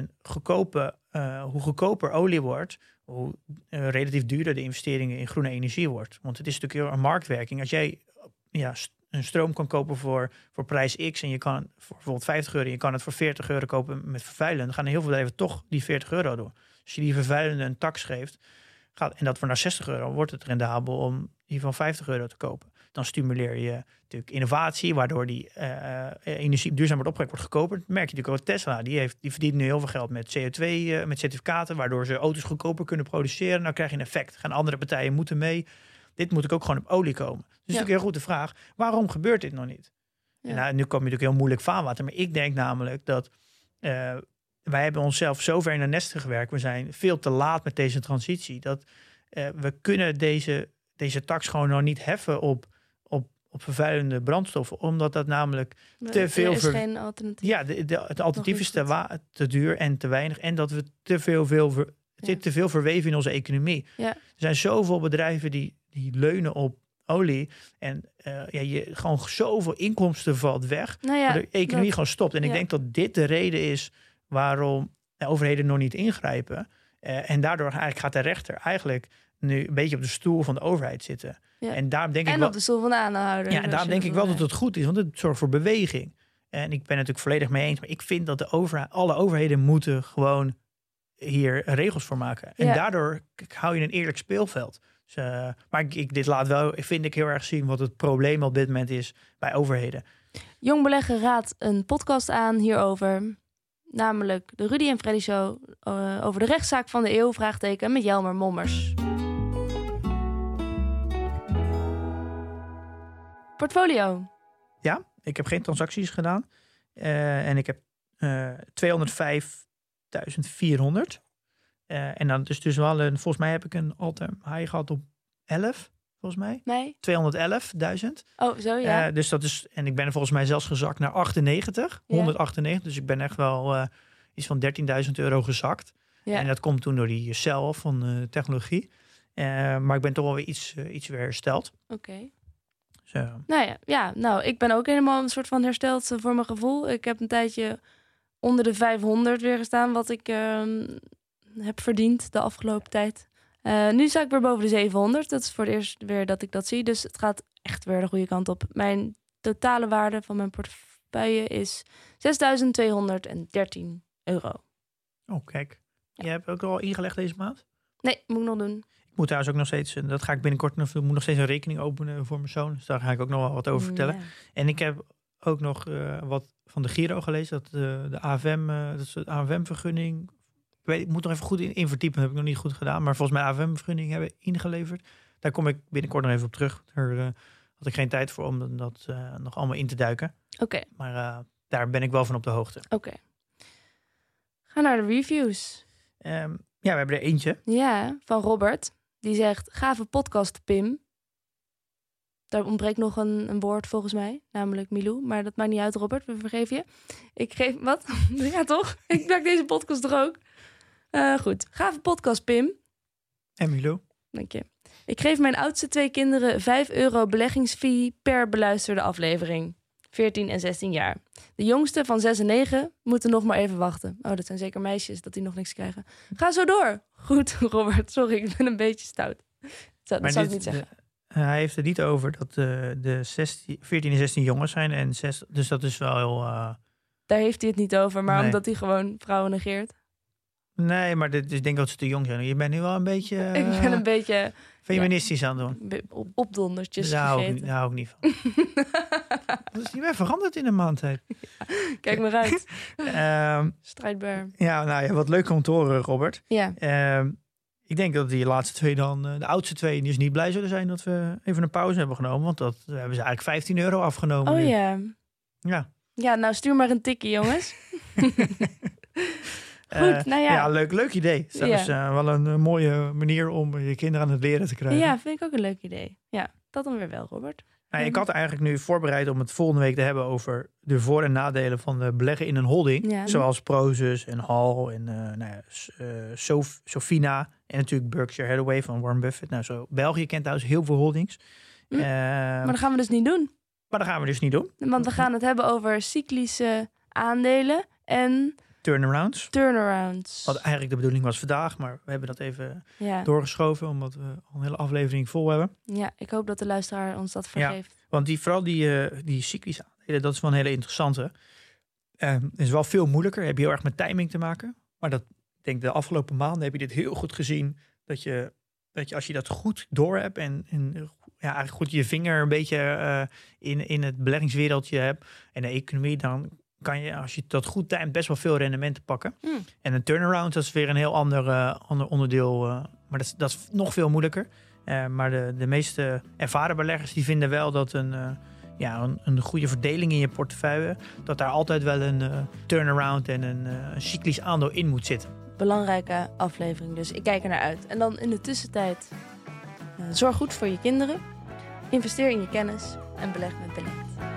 hoe goedkoper olie wordt, hoe relatief duurder de investeringen in groene energie wordt. Want het is natuurlijk heel een marktwerking. Als jij een stroom kan kopen voor prijs X en je kan voor bijvoorbeeld €50 en je kan het voor €40 kopen met vervuilen, dan gaan er heel veel bedrijven toch die €40 doen. Als je die vervuilende een tax geeft, en dat voor naar €60, wordt het rendabel om die van €50 te kopen. Dan stimuleer je natuurlijk innovatie, waardoor die energie duurzaam wordt opgewekt, wordt goedkoper. Dat merk je natuurlijk ook Tesla. Die verdient nu heel veel geld met CO2, met certificaten, waardoor ze auto's goedkoper kunnen produceren. Nou krijg je een effect. Gaan andere partijen moeten mee. Dit moet ook gewoon op olie komen. Dus natuurlijk een heel goede vraag. Waarom gebeurt dit nog niet? Ja. En nu kom je natuurlijk heel moeilijk vaarwater. Maar ik denk namelijk dat wij hebben onszelf zo ver in de nesten gewerkt. We zijn veel te laat met deze transitie. Dat we kunnen deze tax gewoon nog niet heffen op vervuilende brandstoffen. Omdat dat namelijk te veel... Er is geen alternatief. Ja, het alternatief is te duur en te weinig. En dat we het zit te veel verweven in onze economie. Ja. Er zijn zoveel bedrijven die leunen op olie. En gewoon zoveel inkomsten valt weg. De economie gewoon stopt. En ik denk dat dit de reden is waarom overheden nog niet ingrijpen. En daardoor eigenlijk gaat de rechter eigenlijk nu een beetje op de stoel van de overheid zitten. Ja. En daarom denk ik wel, op de stoel van de aandeelhouder. Ja, en daarom denk ik wel dat het goed is, want het zorgt voor beweging. En ik ben het natuurlijk volledig mee eens, maar ik vind dat alle overheden moeten gewoon hier regels voor maken. En daardoor hou je een eerlijk speelveld. Dus, maar vind ik heel erg zien wat het probleem op dit moment is bij overheden. Jong Beleggen raadt een podcast aan hierover. Namelijk de Rudy en Freddy Show over de rechtszaak van de eeuw, vraagteken, met Jelmer Mommers. Portfolio. Ja, ik heb geen transacties gedaan. En ik heb 205.400. En dan is dus wel volgens mij heb ik een all-time high gehad op 11, volgens mij. Nee. 211.000. Oh, zo ja. Dus dat is, en ik ben volgens mij zelfs gezakt naar 98, 198. Dus ik ben echt wel iets van €13.000 gezakt. Ja. En dat komt toen door die cel van technologie. Maar ik ben toch wel weer iets weer hersteld. Oké. Zo. Nou, ik ben ook helemaal een soort van hersteld voor mijn gevoel. Ik heb een tijdje onder de 500 weer gestaan, wat ik heb verdiend de afgelopen tijd. Nu sta ik weer boven de 700. Dat is voor het eerst weer dat ik dat zie. Dus het gaat echt weer de goede kant op. Mijn totale waarde van mijn portefeuille is €6.213. Oh, kijk. Ja. Jij hebt ook al ingelegd deze maand? Nee, moet ik nog doen. Ik moet trouwens ook nog steeds, dat ga ik binnenkort nog steeds een rekening openen voor mijn zoon. Dus daar ga ik ook nog wel wat over vertellen. Ja. En ik heb ook nog wat van de Giro gelezen. Dat de AFM, dat is de AFM-vergunning. Ik moet nog even goed in verdiepen. Dat heb ik nog niet goed gedaan. Maar volgens mij AFM-vergunning hebben ingeleverd. Daar kom ik binnenkort nog even op terug. Daar had ik geen tijd voor om dat nog allemaal in te duiken. Oké. Maar daar ben ik wel van op de hoogte. Oké. Ga naar de reviews. Ja, we hebben er eentje. Ja, van Robert. Die zegt, gave podcast, Pim. Daar ontbreekt nog een woord volgens mij, namelijk Milou. Maar dat maakt niet uit, Robert, we vergeven je. Ik geef, wat? Ja, toch? Ik maak deze podcast toch ook? Goed, gave podcast, Pim. En Milou. Dank je. Ik geef mijn oudste 2 kinderen €5 beleggingsfee per beluisterde aflevering. 14 en 16 jaar. De jongste van 6 en 9 moeten nog maar even wachten. Oh, dat zijn zeker meisjes, dat die nog niks krijgen. Ga zo door. Goed, Robert. Sorry, ik ben een beetje stout. Dat zou ik niet zeggen. Hij heeft het niet over dat de 14 en 16 jongens zijn. En 6, dus dat is wel heel... Daar heeft hij het niet over, maar omdat hij gewoon vrouwen negeert. Nee, maar ik denk dat ze te jong zijn. Je bent nu wel een beetje... ik ben een beetje... feministisch aan het doen. Opdondertjes daar hou ik niet van. Dat is niet meer veranderd in een maand tijd. Ja, kijk maar uit. Strijdbaar. Ja, nou ja, wat leuk om te horen, Robert. Ja. Ik denk dat die laatste twee dan, de oudste twee, dus niet blij zullen zijn dat we even een pauze hebben genomen. Want dat hebben ze eigenlijk €15 afgenomen. Oh nu. ja. Ja. Ja, nou stuur maar een tikkie, jongens. Goed, nou ja. Ja, leuk idee. Dat is wel een mooie manier om je kinderen aan het leren te krijgen. Ja, vind ik ook een leuk idee. Ja, dat dan weer wel, Robert. Nou, ik had eigenlijk nu voorbereid om het volgende week te hebben over de voor- en nadelen van beleggen in een holding. Ja. Zoals Prosus en Hall en Sofina en natuurlijk Berkshire Hathaway van Warren Buffett. Nou, zo België kent trouwens heel veel holdings. Maar dat gaan we dus niet doen. Maar dat gaan we dus niet doen. Want we gaan het hebben over cyclische aandelen en turnarounds. Wat eigenlijk de bedoeling was vandaag, maar we hebben dat even doorgeschoven, omdat we al een hele aflevering vol hebben. Ja, ik hoop dat de luisteraar ons dat vergeeft. Ja, want vooral die cyclische aandelen, dat is wel een hele interessante. Is wel veel moeilijker, heb je heel erg met timing te maken. Maar dat, ik denk de afgelopen maanden heb je dit heel goed gezien, dat je als je dat goed door hebt en eigenlijk goed je vinger een beetje in het beleggingswereldje hebt en de economie, dan kan je, als je dat goed timed, best wel veel rendementen pakken. En een turnaround, dat is weer een heel ander onderdeel. Maar dat is nog veel moeilijker. Maar de meeste ervaren beleggers die vinden wel dat een goede verdeling in je portefeuille, dat daar altijd wel een turnaround en een cyclisch aandeel in moet zitten. Belangrijke aflevering, dus ik kijk er naar uit. En dan in de tussentijd, zorg goed voor je kinderen. Investeer in je kennis en beleg met belegd.